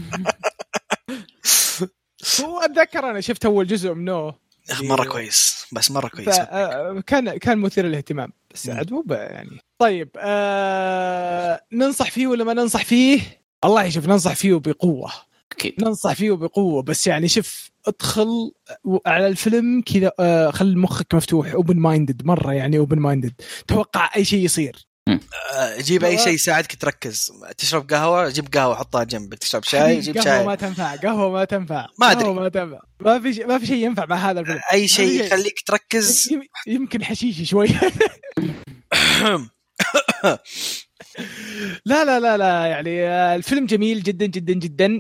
هو أتذكر أنا شفت أول جزء منه مرة كويس، بس مرة كويس. كان مثير للاهتمام، بس عاد يعني. طيب ننصح فيه ولا ما ننصح فيه؟ الله يشوف، ننصح فيه بقوة. ننصح فيه بقوة، بس يعني شوف ادخل على الفيلم كذا، خل مخك مفتوح، اوبن مايندد مرة، يعني اوبن مايندد، توقع أي شيء يصير. جيب أي شيء يساعدك تركز. تشرب قهوة، جيب قهوة حطها جنبك. تشرب شاي، جيب شاي. قهوة ما تنفع ما أدري، ما في شيء ينفع مع هذا الفيلم. أي شيء يخليك تركز. يمكن حشيشي شوي. لا يعني الفيلم جميل جدا جدا جدا.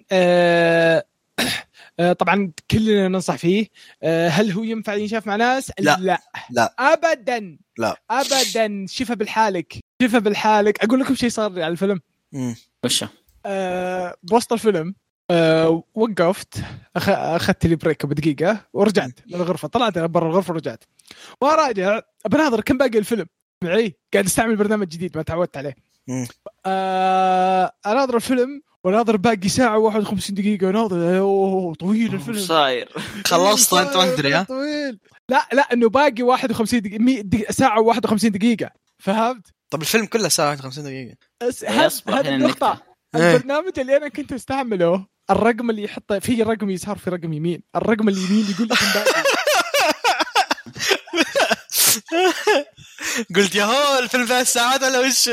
طبعا كلنا ننصح فيه. هل هو ينفع ينشاف مع ناس؟ لا ابدا، لا ابدا. شوفها بالحالك. اقول لكم شيء صار على الفيلم. وش بوسط الفيلم وقفت، اخذت لي بريك بدقيقه ورجعت للغرفه، طلعت برا الغرفه ورجعت وراجع بناظر كم باقي الفيلم معي. قاعد استعمل برنامج جديد ما تعودت عليه. اناظر الفيلم وناظر باقي ساعة 51 دقيقة، وناظر طويل الفيلم. صاير خلصت انت ما ادري. طويل. لا انه باقي 51 دقيقة، ساعة 51 دقيقة، فهمت؟ طب الفيلم كله ساعة 51 دقيقة. هذه النقطة. البرنامج اللي انا كنت استعمله، الرقم اللي يحطه فيه رقم يسار في رقم يمين، الرقم اليمين يقول لك باقي. قلت يا هو الفيلم 3 ساعات ولا وش؟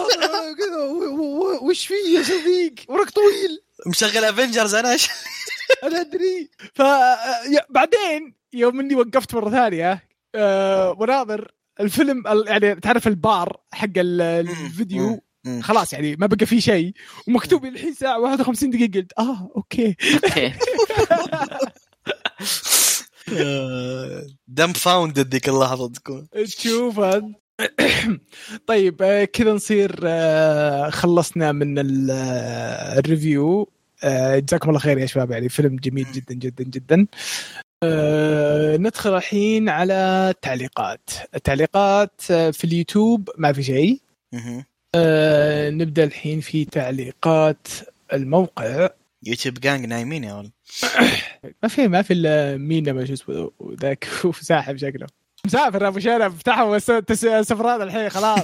وش فيه يا شفيق؟ ورق طويل. مشغل افنجرز انا. انا ادري. بعدين يوم اني وقفت مره ثانيه وناظر الفيلم، يعني تعرف البار حق الفيديو خلاص يعني ما بقى فيه شيء ومكتوب الحين ساعه 51 دقيقه، قلت اوكي دم فاوند ديك اللحظه تكون تشوف. طيب كذا نصير خلصنا من الريفيو. جزاكم الله خير يا شباب، يعني فيلم جميل جدا جدا جدا. ندخل الحين على التعليقات في اليوتيوب ما في شيء. نبدأ الحين في تعليقات الموقع. يوتيوب جانج نايمين يا ولد. ما في مين ما شو اسمه ذاك ساحب شكله مسافر ابو شرف، فتحوا سفرات الحين خلاص.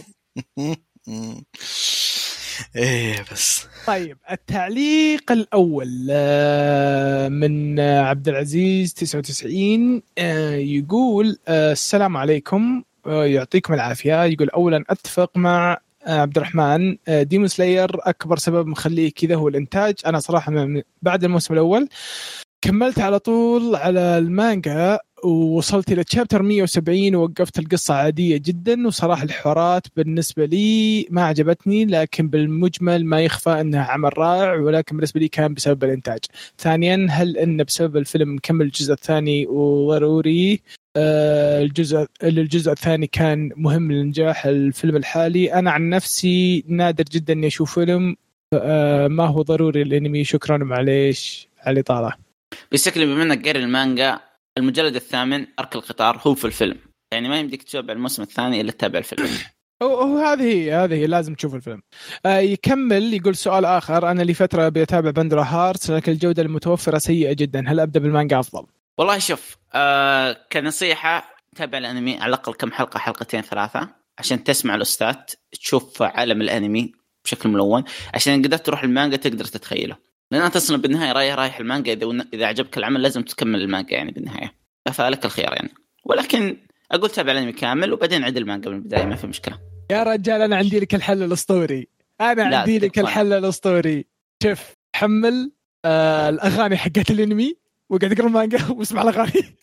ايه بس. طيب التعليق الاول من عبد العزيز 99 يقول السلام عليكم يعطيكم العافيه. يقول اولا اتفق مع عبد الرحمن، ديمون سلاير اكبر سبب مخليه كذا هو الانتاج. انا صراحه بعد الموسم الاول كملت على طول على المانجا ووصلت إلى تشابتر 170 ووقفت القصة عادية جدا، وصراحة الحوارات بالنسبة لي ما عجبتني، لكن بالمجمل ما يخفى أنها عمل رائع، ولكن بالنسبة لي كان بسبب الإنتاج. ثانيا هل أن بسبب الفيلم مكمل الجزء الثاني وضروري الجزء الثاني كان مهم لنجاح الفيلم الحالي؟ أنا عن نفسي نادر جدا أني أشوف فيلم ما هو ضروري الانمي. شكرا معليش على الإطالة. بشكل بما انك قاري المانجا، المجلد الثامن ارك القطار هو في الفيلم، يعني ما يمديك تتابع الموسم الثاني الا تتابع الفيلم. هذه لازم تشوف الفيلم. يكمل يقول سؤال اخر، انا لفتره بتابع بندرا هارت لكن الجوده المتوفره سيئه جدا، هل ابدا بالمانجا افضل؟ والله شوف، كنصيحه تابع الانمي على الاقل كم حلقه، حلقتين ثلاثه، عشان تسمع الاستاذ، تشوف عالم الانمي بشكل ملون، عشان قدرت تروح المانجا تقدر تتخيله، لأن أنت تصل بالنهاية رايح المانجا. إذا عجبك العمل لازم تكمل المانجا يعني بالنهاية، فلك الخيار يعني. ولكن أقول تابع الأنمي كامل وبعدين عد المانجا من البداية، ما في مشكلة. يا رجال أنا عندي لك الحل الأسطوري، الحل الأسطوري. شوف حمل الأغاني حقت الأنمي وقاعد تقرأ المانجا واسمع الأغاني.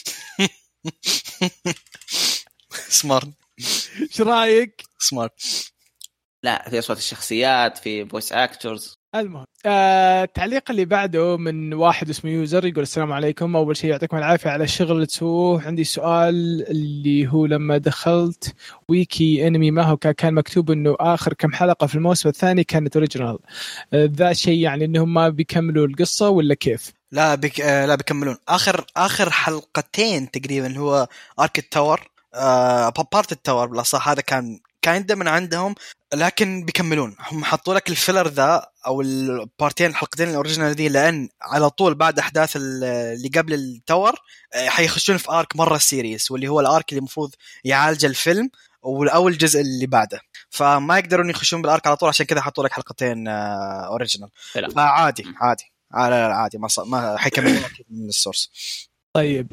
سمارت. شو رأيك؟ سمارت. لا، في أصوات الشخصيات، في فويس أكتورز. المهم التعليق اللي بعده من واحد اسمه يوزر يقول السلام عليكم، أول شيء يعطيكم العافية على الشغل اللي تسووه. عندي سؤال اللي هو لما دخلت ويكي انمي ما هو كان مكتوب انه آخر كم حلقة في الموسم الثاني كانت اوريجينال، ذا شيء يعني انهم ما بيكملوا القصة ولا كيف؟ لا بيكملون آخر حلقتين تقريبا اللي هو آرك التاور، بارت التاور بالأصح، هذا كان من عندهم، لكن بيكملون. هم حطوا لك الفيلر ذا او البارتين الحلقتين الاوريجينال دي، لان على طول بعد احداث اللي قبل التاور حيخشون في ارك مره سيريس، واللي هو الارك اللي المفروض يعالج الفيلم والاول جزء اللي بعده، فما يقدرون يخشون بالارك على طول، عشان كذا حطوا لك حلقتين اوريجينال. فعادي عادي ما حيكملون من السورس. طيب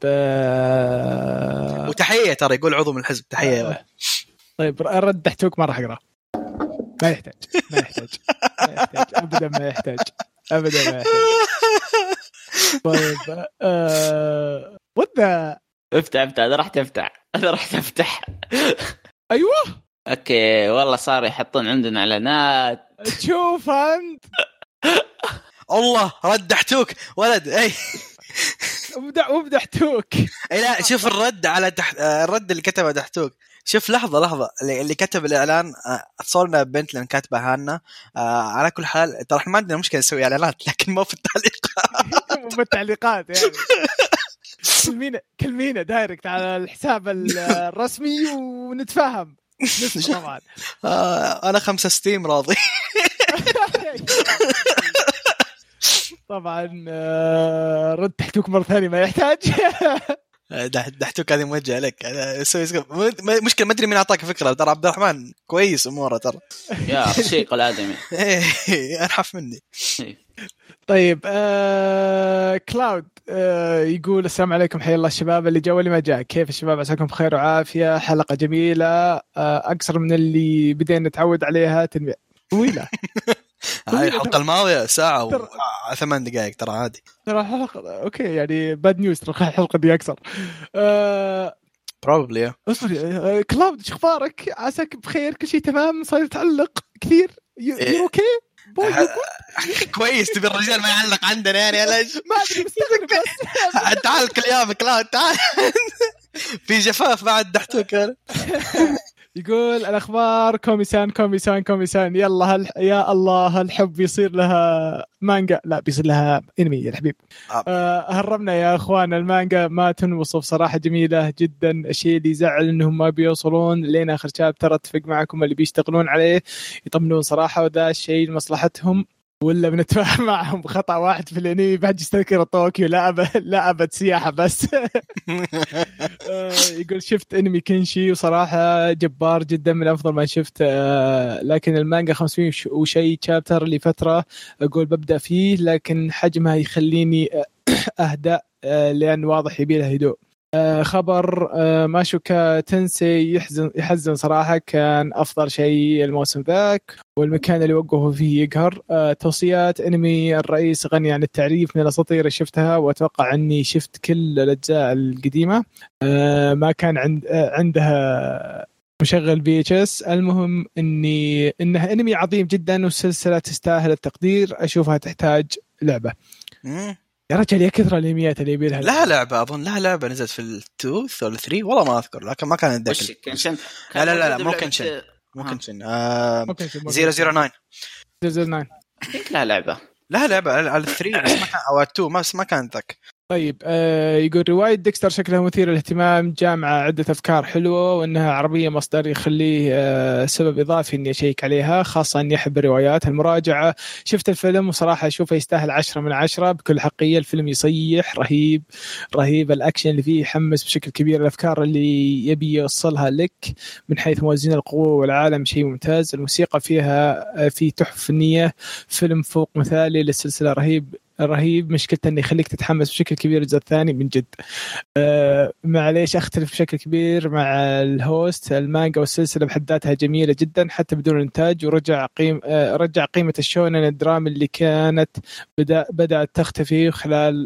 وتحيه، ترى يقول عضو من الحزب تحيه. طيب الرد دحتوك ما راح اقرا، ما يحتاج ابدا، ما يحتاج. طيب وذا افتح انا رحت افتح ايوه اوكي والله صار يحطون عندنا اعلانات. شوف انت الله رد دحتوك ولد. اي وبدحتوك. اي لا شوف الرد على الرد اللي كتبه دحتوك. شوف لحظة اللي كتب الإعلان اتصلنا بنت لأن كاتبها هانا. على كل حال ترى ما عندنا مشكلة نسوي إعلانات، لكن مو في التعليقات يعني كلمينا دايركت على الحساب الرسمي ونتفاهم طبعا. أنا 5 ستيم راضي. طبعا رد تحتوك مرة ثانية ما يحتاج. دحتوك هذه موجهه لك. مشكله ما ادري مين اعطاك فكره، ترى عبد الرحمن كويس اموره ترى يا رشيق الادمي. انحف مني. طيب كلاود يقول السلام عليكم، حيا الله الشباب اللي جاء واللي ما جاء، كيف الشباب؟ عساكم بخير وعافيه. حلقه جميله اقصر من اللي بدينا نتعود عليها، طويله هاي الحلقة الماضية ساعة و8 دقائق ترى عادي. ترى الحلقة اوكي يعني باد نيوز، ترى الحلقة دي اكثر. probably اصبر كلاود ايش اخبارك؟ عساك بخير، كل شيء تمام؟ صاير تعلق كثير اوكي كويس. تبي الرجال ما يعلق عندنا يعني ليش؟ ما ادري مستغرب بس. تعال كل يوم كلاود تعال. في جفاف بعد دحتوك. يقول الاخبار كوميسان يلا يا الله الحب يصير لها مانجا، لا بيصير لها انمي يا الحبيب. هربنا يا اخوان، المانجا ما تنوصف صراحه، جميله جدا. الشيء اللي يزعل انهم ما بيوصلون لين اخر شابتر. اتفق معكم، اللي بيشتغلون عليه يطمنون صراحه، وذا الشيء لمصلحتهم، ولا بنتفاهم معهم. خطأ واحد في الانمي بعد يستذكر طوكيو، لا أبد سياحة بس. يقول شفت انمي كينشي وصراحة جبار جدا، من افضل ما شفت. لكن المانجا 500 وشيء شابتر لفترة اقول ببدأ فيه، لكن حجمها يخليني اهدأ لان واضح يبيله هدوء. خبر ماشوكا تنسي يحزن صراحة، كان أفضل شيء الموسم ذاك، والمكان اللي وقفوا فيه يقهر. توصيات أنمي الرئيس غني عن التعريف، من الأساطير اللي شفتها، وأتوقع أني شفت كل الأجزاء القديمة. ما كان عندها مشغل VHS. المهم إنها أنمي عظيم جدا، والسلسلة تستاهل التقدير، أشوفها تحتاج لعبة. يا رجل يا كثر الانميات اللي يبيلها. لا لعبه اظن لها لعبه نزلت في ال2 ولا 3 والله ما اذكر، لكن ما كانت ذاك. لا ممكن شن 009 لا لعبه على 3 بس ما كان، او 2 بس ما كانت ذاك. طيب يقول رواية ديكستر شكلها مثير للاهتمام، جامعة عدة أفكار حلوة، وأنها عربية مصدر يخليه سبب إضافي إني أشيك عليها، خاصة أني أحب الروايات. المراجعة شفت الفيلم وصراحة أشوفه يستاهل 10 من 10 بكل حقية. الفيلم يصيح، رهيب الأكشن اللي فيه يحمس بشكل كبير، الأفكار اللي يبي يوصلها لك من حيث موازين القوة والعالم شيء ممتاز. الموسيقى فيها في تحفة فنية، فيلم فوق مثالي للسلسلة، رهيب. مشكلته انه يخليك تتحمس بشكل كبير الجزء الثاني من جد. معليش اختلف بشكل كبير مع الهوست، المانجا والسلسله بحد ذاتها جميله جدا حتى بدون انتاج، ورجع رجع قيمه الشونن الدراما اللي كانت بدات تختفي خلال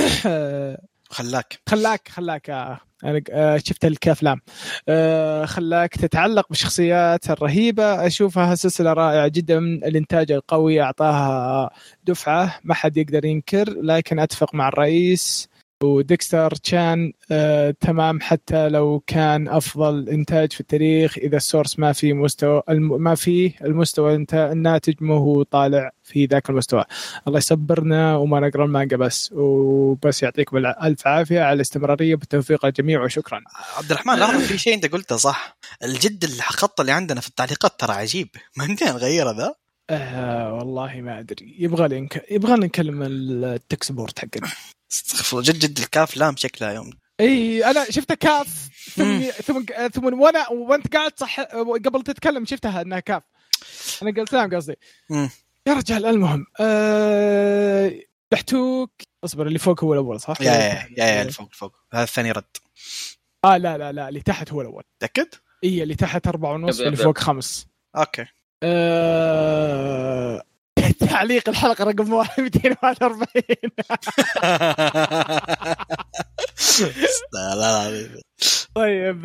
خلاك أنا شفت الكافلام. خلاك تتعلق بالشخصيات الرهيبة. أشوفها سلسلة رائعة جدا، الإنتاج القوي أعطاها دفعة ما حد يقدر ينكر. لكن أتفق مع الرئيس وديكستر تشان تمام، حتى لو كان أفضل إنتاج في التاريخ، إذا السورس ما في المستوى الناتج ما هو طالع في ذاك المستوى. الله يصبرنا وما نقرأ المانجا وبس يعطيكم ألف عافية على الاستمرارية، بالتوفيق الجميع وشكرا. عبد الرحمن لاحظ في شيء أنت قلته صح، الجد الخط اللي عندنا في التعليقات ترى عجيب، ما عندنا نغيره ذا. والله ما أدري، يبغى نكلم التكسبورت حقنا. جد الكاف لام شكلها يوم. اي انا شفتها كاف ثم وانت قاعد صح قبل تتكلم شفتها انها كاف، انا قلت لام قصدي يا رجال. المهم دحتوك اصبر، اللي فوق هو الاول صح؟ يا الفوق هذا الثاني رد. لا اللي تحت هو الاول. تأكد؟ اي اللي تحت 4.5 واللي فوق 5. اوكي. تعليق الحلقة رقم 241. لا طيب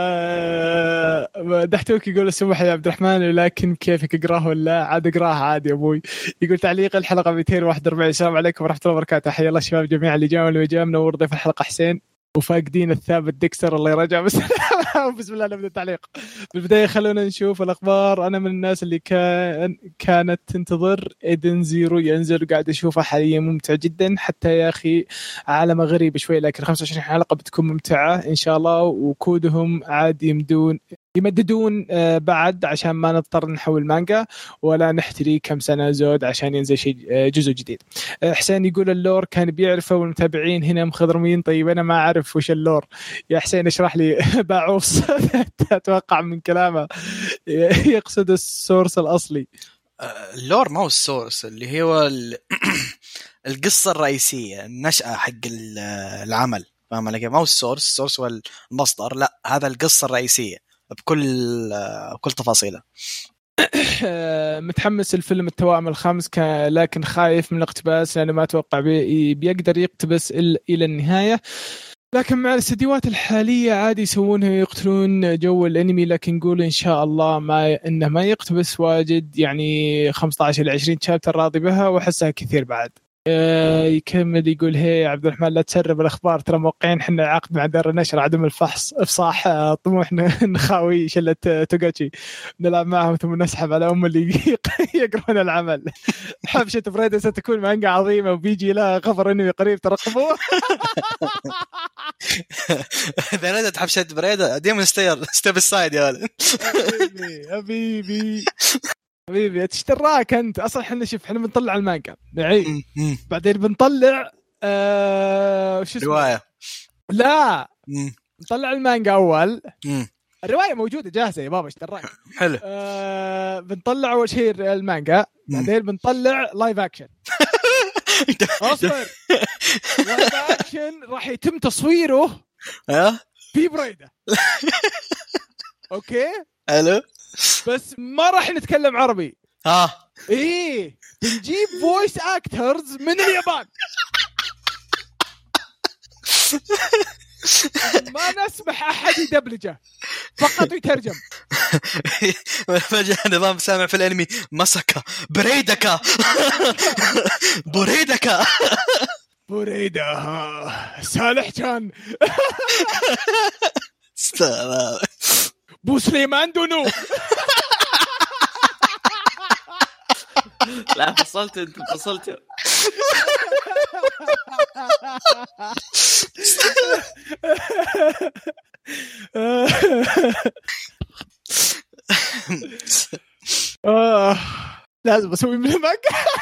دحتوك يقول السمح يا عبد الرحمن، لكن كيفك اقراه ولا عاد اقراه عادي يا ابوي. يقول تعليق الحلقة 241. السلام عليكم ورحمة الله وبركاته، حيا الله الشباب جميعا اللي جاء واللي جاء، منور ضيف الحلقة حسين وفاقدين الثابت ديكستر الله يرجع. بسم الله نبدأ التعليق. بالبداية خلونا نشوف الأخبار. أنا من الناس اللي كانت تنتظر إيدن زيرو ينزل، وقاعد أشوفه حاليا ممتع جدا، حتى يا أخي عالم غريب شوي، لكن 25 حلقة بتكون ممتعة إن شاء الله، وكودهم عاد يمددون بعد عشان ما نضطر نحول مانجا ولا نحتري كم سنة زود عشان ينزل شيء جزء جديد. حسين يقول اللور كان بيعرفه والمتابعين هنا مخضرمين. طيب أنا ما أعرف وش اللور يا حسين، اشرح لي. باعوص أتوقع من كلامه يقصد السورس الأصلي. اللور ما هو السورس اللي هو القصة الرئيسية، النشأة حق العمل، فاهم علي؟ ما هو السورس هو المصدر، لا هذا القصة الرئيسية بكل تفاصيلها. متحمس الفيلم التوائم الخامس لكن خايف من الاقتباس لأنه ما أتوقع بيقدر يقتبس إلى النهاية. لكن مع الاستديوهات الحالية عادي يسوونها يقتلون جو الأنمي، لكن نقول إن شاء الله إنه ما يقتبس واجد، يعني 15 إلى 20 شابتر راضي بها وحسها كثير بعد. يكمل يقول هي عبد الرحمن لا تسرب الأخبار، ترى موقعين حنا عقد مع دار النشر عدم الفحص إفصاح طموحنا نخاوي شلة توغاتشي نلعب معهم ثم نسحب على اللي يقرون العمل. حبشة بريدة ستكون مانجا عظيمة وبيجي لها خبر أنمي قريب ترقبوه. إذا نزلت حبشة بريدة ديمون ستيب السايد يا ولد. حبيبي تشتراك انت اصلا. احنا شوف احنا بنطلع المانجا نعيد بعدين بنطلع وش اسمه روايه. لا نطلع المانجا اول. الروايه موجوده جاهزه يا بابا اشتراك. حلو. بنطلع اول شيء المانجا بعدين بنطلع لايف اكشن. اصبر. لايف اكشن راح يتم تصويره في بريدة. اوكي حلو بس ما راح نتكلم عربي. ايه بنجيب فويس اكترز من اليابان. ما نسمح احد يدبلجه فقط يترجم. فجأة نظام سامع في الانمي مسكا بريدكا بريدكا بريدة صالح كان بو سليمان دونو. لا فصلت انت فصلت. لازم اسوي من المانجا.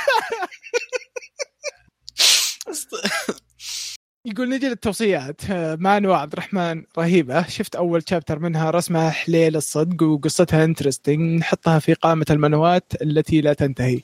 يقول نجي للتوصيات. مانوا عبد الرحمن رهيبة، شفت أول شابتر منها رسمها حليل الصدق وقصتها انترستينج، نحطها في قائمة المانوات التي لا تنتهي.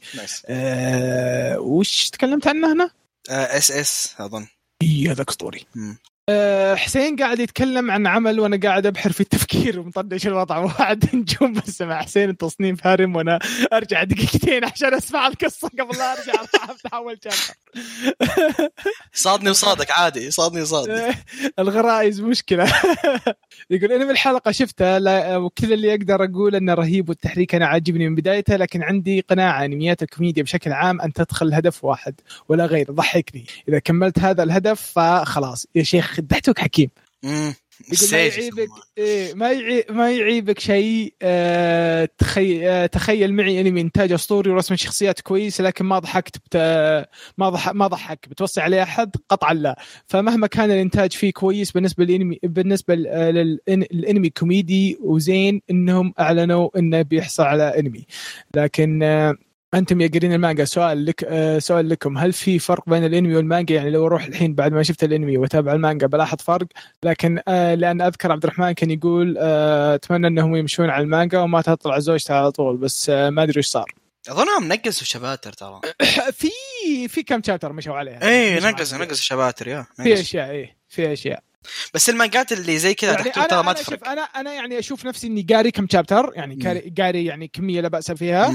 وش تكلمت عنه هنا؟ اس أظن. هذاك اسطوري. حسين قاعد يتكلم عن عمل وانا قاعد ابحر في التفكير ومطنش الوضع وقاعد نجوم بس مع حسين التصنيف هارم وانا ارجع دقيقتين عشان اسمع القصه قبل لا ارجع افتح اول شابتر. صادني وصادك عادي، صادني وصادك. الغرائز مشكله. يقول انا من الحلقه شفتها وكل اللي اقدر اقول انه رهيب والتحريك انا عاجبني من بدايته، لكن عندي قناعه انميات الكوميديا بشكل عام ان تدخل هدف واحد ولا غير، ضحكني اذا كملت هذا الهدف فخلاص يا شيخ خدعتك حكيم. ما يعيبك ما يعيبك شيء. تخيل معي انمي انتاج اسطوري ورسم شخصيات كويس لكن ما ضحكت ما ضحك بتوصي عليه احد قطعا لا. فمهما كان الانتاج فيه كويس بالنسبه للانمي، بالنسبه للانمي كوميدي وزين انهم اعلنوا انه بيحصل على انمي. لكن أنتم يا قارين المانجا سؤال لكم، هل في فرق بين الانمي والمانجا؟ يعني لو أروح الحين بعد ما شفت الانمي وتابع المانجا بلاحظ فرق، لكن لأن أذكر عبد الرحمن كان يقول أتمنى أنهم يمشون على المانجا وما تطلع زوجته على طول، بس ما أدري إيش صار. أظنهم نقصوا شباتر ترى. في كم شابتر مشوا عليها. إيه نقصوا شباتر يا. في أشياء في أشياء. بس المانجات اللي زي كذا يعني ترى ما تفرق. انا يعني اشوف نفسي اني قاري كم شابتر، يعني قاري يعني كميه لا باس فيها.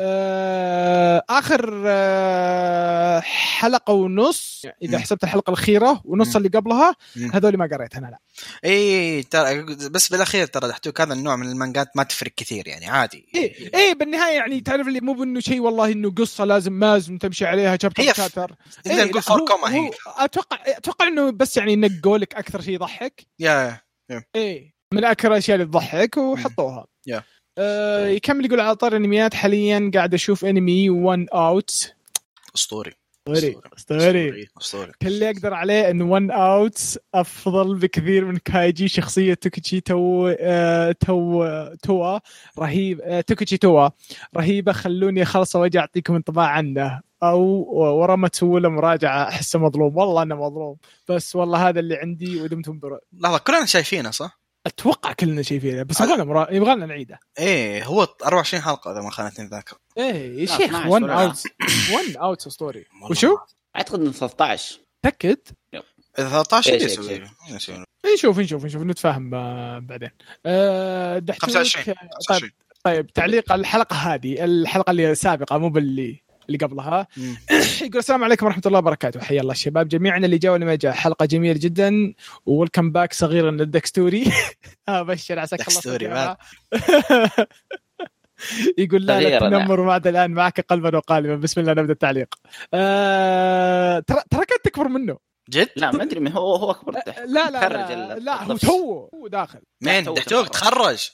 اخر حلقه ونص اذا حسبت الحلقه الاخيره ونص اللي قبلها هذول ما قريت انا. لا اي ترى بس بالاخير ترى تحتوك هذا النوع من المانجات ما تفرق كثير يعني عادي. اي بالنهايه يعني تعرف اللي مو بانه شيء والله انه قصه لازم تمشي عليها شابتر. اذا نقول فوركوما هي اتوقع انه بس يعني نقوا لك اكثر شيء يضحك. ايه من اكثر الاشياء اللي تضحك وحطوها. يكمل يقول على طار الانميات حاليا قاعد اشوف انمي 1 اوت اسطوري. كل اللي اقدر عليه ان 1 اوت افضل بكثير من كايجي. شخصيه توكيتشي توا رهيب. توكيتشي توا رهيبه، خلوني اخلص واجي اعطيكم انطباع عنه او ورا ما تسوي له مراجعه احسه مظلوم. والله انا مظلوم بس والله هذا اللي عندي ودمتم لحظه كلنا شايفينه صح؟ اتوقع كلنا شايفينه بس يبغى لنا نعيده. ايه هو 24 حلقه اذا ما خانتني الذاكره. ايه يا شيخ 1 اوت اسطوري. وشو اعتقد انه 13 تاكد اذا 13 يسوي نشوف نتفاهم بعدين. 25 طيب تعليق الحلقه هذه، الحلقه اللي سابقه مو اللي قبلها. يقول السلام عليكم ورحمه الله وبركاته، حيا الله الشباب جميعا اللي جاوا واللي ما جاء. حلقه جميله جدا وويلكم باك صغيرا للدكستوري. بشر عساك الله. يقول لا تنمر بعد الآن معك قلبا وقالبا. بسم الله نبدأ التعليق. ترى كنت تكبر منه جد؟ لا ما أدري من هو أكبر. لا هو داخل. مين دحتوك تخرج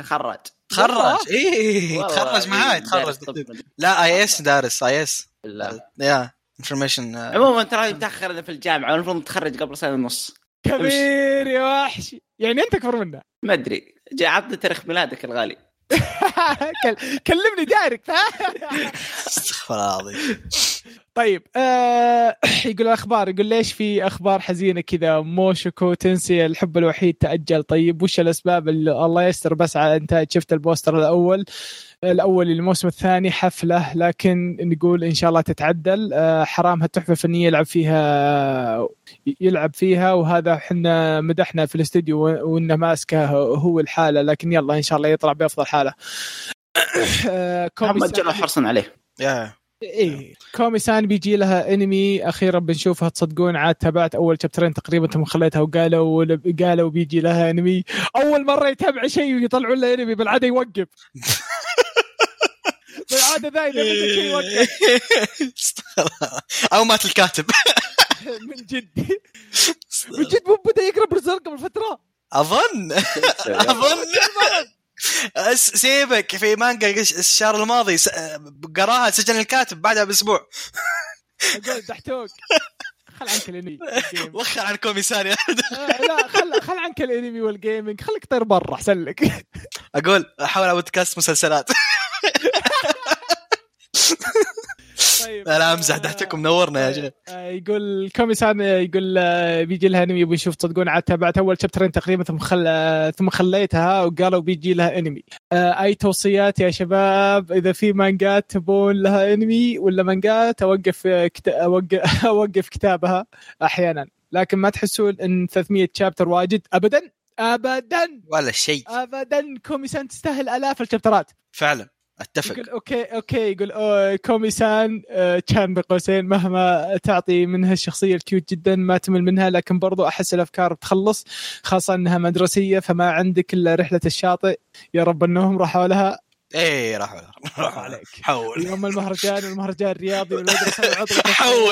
إيه تخرج معاي لا IS دارس IS يا information. عموما ترى متأخر في الجامعة والمفروض تخرج قبل سنة ونص. كبير يا وحش، يعني أنت أكبر منه. ما أدري، جاء عطني تاريخ ميلادك الغالي. كلمني دايركت. استغفر الله. طيب يقول الأخبار، يقول ليش في أخبار حزينة كذا؟ موشوكو تنسي الحب الوحيد تأجل. طيب وش الأسباب؟ الله يستر بس على إنتاج. شفت البوستر الأول للموسم الثاني حفلة، لكن نقول إن شاء الله تتعدل. حرام هالتحفة فنية يلعب فيها وهذا حنا مدحنا في الاستوديو وإنه ماسكه هو الحالة، لكن يلا إن شاء الله يطلع بأفضل حالة. محمد جلو حرصا عليه. إيه كومي-سان بيجي لها انمي اخيرا بنشوفها. تصدقون عاد تابعت اول شابترين تقريبا ثم خليتها وقالوا بيجي لها انمي. اول مره يتابع شيء ويطلعوا له انمي بالعاده يوقف. بالعاده دايما يوقف او مات الكاتب. من جد مو بدا يقرا برزيرك من فتره اظن سيبك في مانجا الشهر الماضي قراها سجن الكاتب بعدها باسبوع. اقول دحتوك خل عنك الانمي وخر عن كومي-سان. لا خل عنك الانمي والجيمنج، خليك طير برا احسن لك. اقول احاول بودكاست مسلسلات. طيب لا امزح دحتكم نورنا يا شيخ. يقول كومي-سان يقول بيجي لها انمي وبنشوف. تصدقون عاد تابعت اول شابترين تقريبا ثم خليتها وقالوا بيجي لها انمي. اي توصيات يا شباب؟ اذا في مانجات تبون لها انمي ولا مانجات اوقف كتابها احيانا، لكن ما تحسون ان 300 شابتر واجد؟ ابدا ولا شيء ابدا. كومي-سان تستاهل الاف الشابترات فعلا. اتفق. يقول اوكي يقول كومي-سان كان بقوسين مهما تعطي منها الشخصيه الكيوت جدا ما تمل منها، لكن برضو احس الافكار بتخلص، خاصه انها مدرسيه فما عندك الا رحله الشاطئ. يا رب انهم راحوا لها. ايه راحوا عليك. حول يوم المهرجان الرياضي والمدرسه حول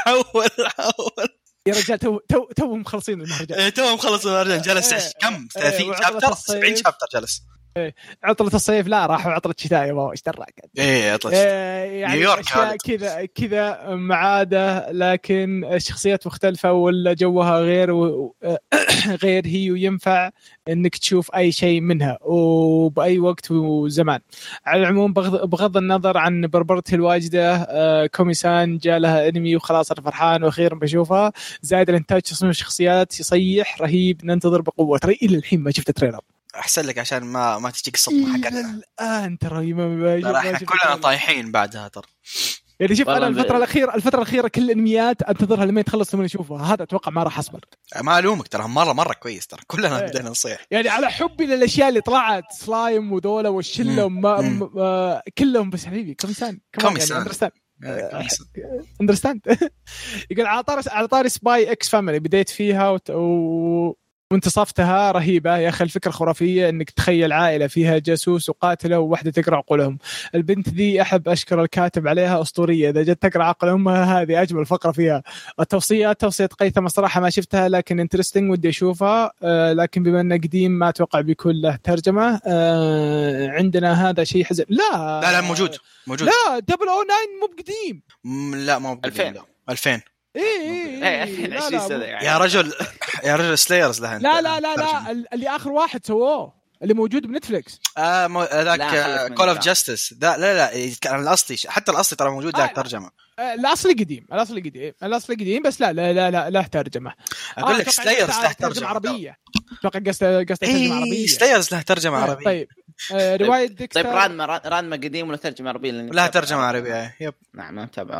يا رجال تو مخلصين المهرجان. تو مخلص المهرجان. جلس كم 30 شابتر 70 شابتر جلس. عطلة الصيف لا راحوا عطلة الشتاء يا بابا ايش دراك. عطلة يعني نيويورك كذا معادة، لكن الشخصيات مختلفة ولا جوها غير هي وينفع انك تشوف اي شيء منها وباي وقت وزمان. على العموم بغض النظر عن بربرتها الواجدة كومي-سان جالها انمي وخلاص انا فرحان واخيرا بشوفها. زائد الانتاج تصميم الشخصيات يصيح رهيب، ننتظر بقوة. ترى الى الحين ما شفت تريلر. احسن لك عشان ما تجيك الصدمه حقتها الان. ترى ما كلنا طايحين بعدها ترى. يعني شوف انا الفتره الاخيره كل الانميات انتظرها لما تخلص ثم اشوفها. هذا اتوقع ما راح اصبر. ما الومك ترى مره كويس ترى كلنا بدينا نصيح. يعني على حبي للاشياء اللي طلعت سلايم ودوله والشله كلهم بس حبيبي كومي-سان اندرستاند. يقول على طاري سباي اكس فاميلي بديت فيها وانتصفتها رهيبة يا أخي. الفكرة خرافية إنك تخيل عائلة فيها جاسوس وقاتلة وواحدة تقرأ عقولهم. البنت ذي أحب أشكر الكاتب عليها أسطورية. إذا جت تقرأ عقل أمها هذه أجمل فقرة فيها. توصية قيثم الصراحة ما شفتها لكن انترستينج ودي أشوفها، لكن بما أنه قديم ما أتوقع بيكون له ترجمة. عندنا هذا شيء حزن. لا موجود. لا 009 مو بقديم. لا مو بقديم. 2000 ايه 20 سنة يعني. يا رجل سلايرز لها. لا اللي اخر واحد سووه اللي موجود بنتفليكس ذاك كول اوف جاستس. لا كان الاصلي، حتى الاصلي ترى موجود له ترجمه. الاصلي قديم بس لا ترجمه. اقول لك سلايرز له ترجمه عربيه. اتوقع قصد ترجمه عربيه. سلايرز له ترجمه عربيه. طيب روايه ديكستر. طيب رانما قديم ولا ترجمه عربيه؟ لا ترجمه عربيه. يب نعم ما متابع عربي.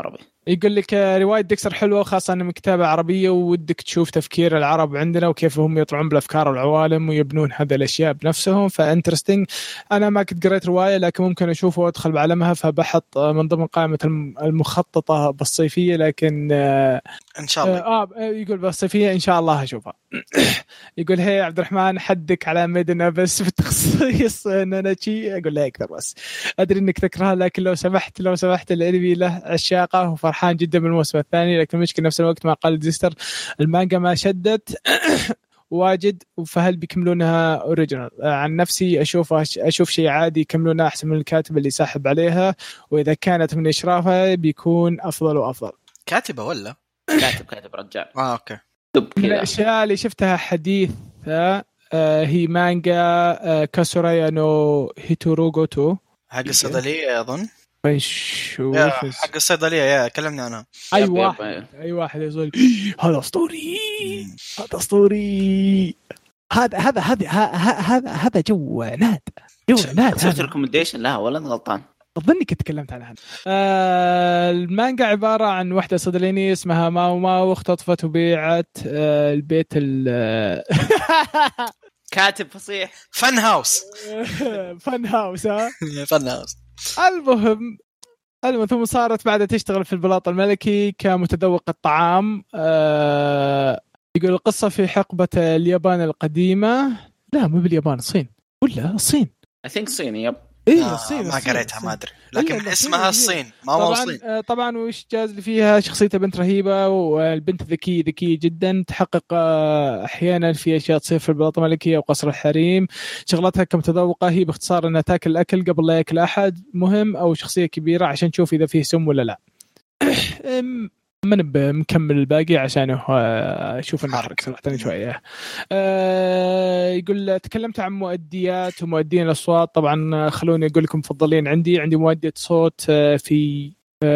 يقول لك رواية ديكستر حلوة، وخاصة أنها من كتابة عربية، ودك تشوف تفكير العرب عندنا وكيف هم يطلعون بالأفكار والعوالم ويبنون هذا الأشياء بنفسهم، فانترستينج. أنا ما كنت قريت رواية لكن ممكن أشوفه وأدخل بعلمها، فبحط من ضمن قائمة المخططة بالصيفية، لكن إن شاء الله. يقول بالصيفية إن شاء الله هشوفها. يقول هي عبد الرحمن، حدك على ميدنا بس بالتخصيص ناناتشي. أقول لا أكثر، بس أدري إنك تكرهها، لكن لو سمحت الأنمي له عشاقه وفرحان جدا بالموسم الثاني، لكن المشكلة نفس الوقت ما قال ديستر المانجا ما شدت واجد، فهل بيكملونها أوريجينال؟ عن نفسي أشوف شيء عادي، يكملونها أحسن من الكاتب اللي ساحب عليها، وإذا كانت من إشرافها بيكون أفضل وأفضل. كاتبة ولا كاتب رجال. أوكي. من الأشياء اللي شفتها حديثة هي مانجا كاسورايا نو هيتوروغوتو حق الصيدلية أظن. حق الصيدلية يا كلمني عنها. أي واحد يقول هذا أسطوري. هذا جو ناد. سويت ريكومنديشن لها ولا غلطان؟ أظني كنت تكلمت عنها. المانجا عبارة عن واحدة صيدلينية اسمها ماو اختطفت وبيعت البيت كاتب فصيح. فن هاوس فن هاوس. المهم ثم صارت بعد تشتغل في البلاط الملكي كمتذوق الطعام. يقول القصة في حقبة اليابان القديمة. لا مو باليابان، الصين ولا الصين؟ I think صين. يب. الصين. ما قريتها ما أدري، لكن اسمها الصين ما هو الصين. طبعا وش جاز فيها شخصيتها بنت رهيبة، والبنت ذكية جدا، تحقق أحيانا في أشياء تصير في البلاط الملكية وقصر الحريم. شغلتها كمتذوقة هي باختصار أنها تاكل الأكل قبل لا يأكل أحد مهم أو شخصية كبيرة عشان تشوف إذا فيه سم ولا لا. من مكمل الباقي عشان أشوف النحرق صراحة شوية. يقول تكلمت عن مؤديات ومؤدين الأصوات. طبعا خلوني أقول لكم مفضلين عندي مؤدية صوت في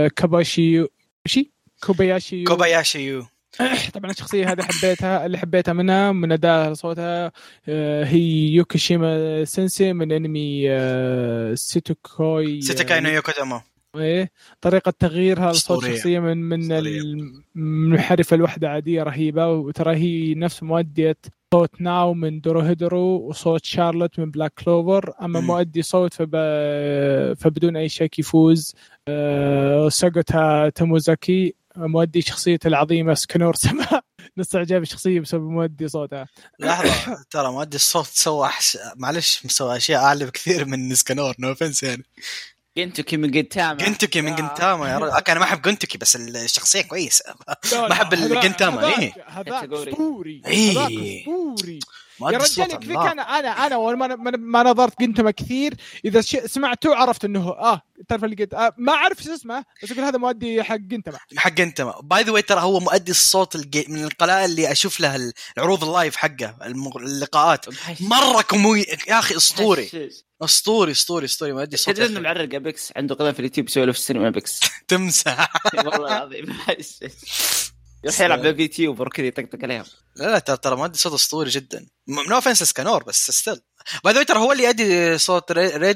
كوباياشي. طبعا الشخصية هذه اللي حبيتها منها من أداء صوتها هي يوكيشيما سينسي من أنمي سيتوكاي نو يوكوداما. طريقة تغييرها لصوت شخصية من المحرفة الوحدة عادية رهيبة. وترى هي نفس مؤدية صوت ناو من دوروهيدرو وصوت شارلوت من بلاك كلوفر. أما مؤدي صوت فبدون أي شك يفوز ساغوتا توموزاكي مؤدي شخصية العظيمة سكنور سما. نص إعجاب الشخصية بسبب مؤدي صوتها. لحظة ترى مؤدي الصوت سوى معلش مسوى أشياء أعلى بكثير من سكنور. نو فنس يعني. جنتوكي من جنتاما يا رجل. أنا ما أحب جنتوكي بس الشخصية كويسة. ما أحب الجنتاما. هذا أسطوري. يا رجال يكفيك. أنا ما نظرت جنتوما كثير. إذا سمعته عرفت إنه تعرف اللي قلت ما أعرف شو اسمه، بس أقول هذا مؤدي حق جنتوما. باي ذا واي ترى هو مؤدي الصوت من القلائل اللي أشوف له العروض اللايف حقه اللقاءات مرة كومي يا أخي. أسطوري مؤدي صوت. تدري إنه معرق أبيكس عنده قناة في اليوتيوب يسوي له في السينما أبيكس. تمسح والله العظيم. يروح يلعب باليوتيوب كذا يطقطق عليهم. لا ترى مؤدي صوت أسطوري جدا. نو فنس سكانور بس ستيل. باي ذا واي ترى هو اللي يؤدي صوت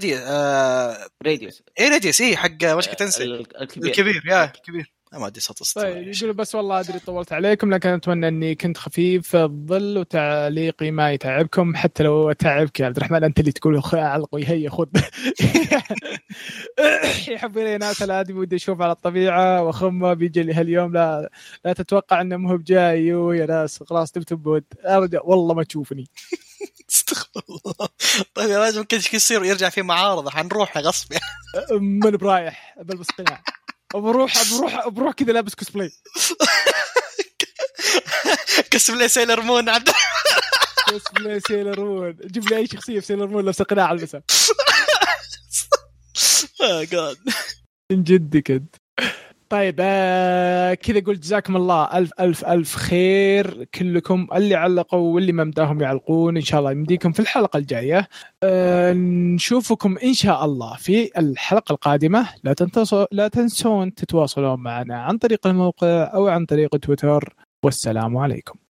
راديوس حق وش كتنسي الكبير. ما أدري صوت أسطوري. طيب يقول بس والله أدري طولت عليكم، لكن أتمنى أني كنت خفيف في الظل وتعليقي ما يتعبكم. حتى لو تعبك يا عبد الرحمن أنت اللي تقول علقوا هي خذ. يحب لي ناس العادي ودي أشوف على الطبيعة وخمة بيجي لي هاليوم. لا تتوقع أنه مهب جاي يا ناس خلاص تبتبود أرجع والله ما تشوفني. استغفر الله. طيب يا راجل ممكن يصير يرجع في معارضة حنروح غصب من برايح بلبس قناع بروح كذا لابس كوسبلاي. كوسبلاي سيلر مون. كوسبلاي سيلر مون. جيب لي أي شخصية في سيلر مون لابس قناع البسها. جاد من جد كد. طيب كذا قلت جزاكم الله ألف خير كلكم اللي علقوا واللي ما مداهم يعلقون. إن شاء الله يمديكم في الحلقة الجاية. نشوفكم إن شاء الله في الحلقة القادمة. لا تنسون تتواصلون معنا عن طريق الموقع أو عن طريق تويتر. والسلام عليكم.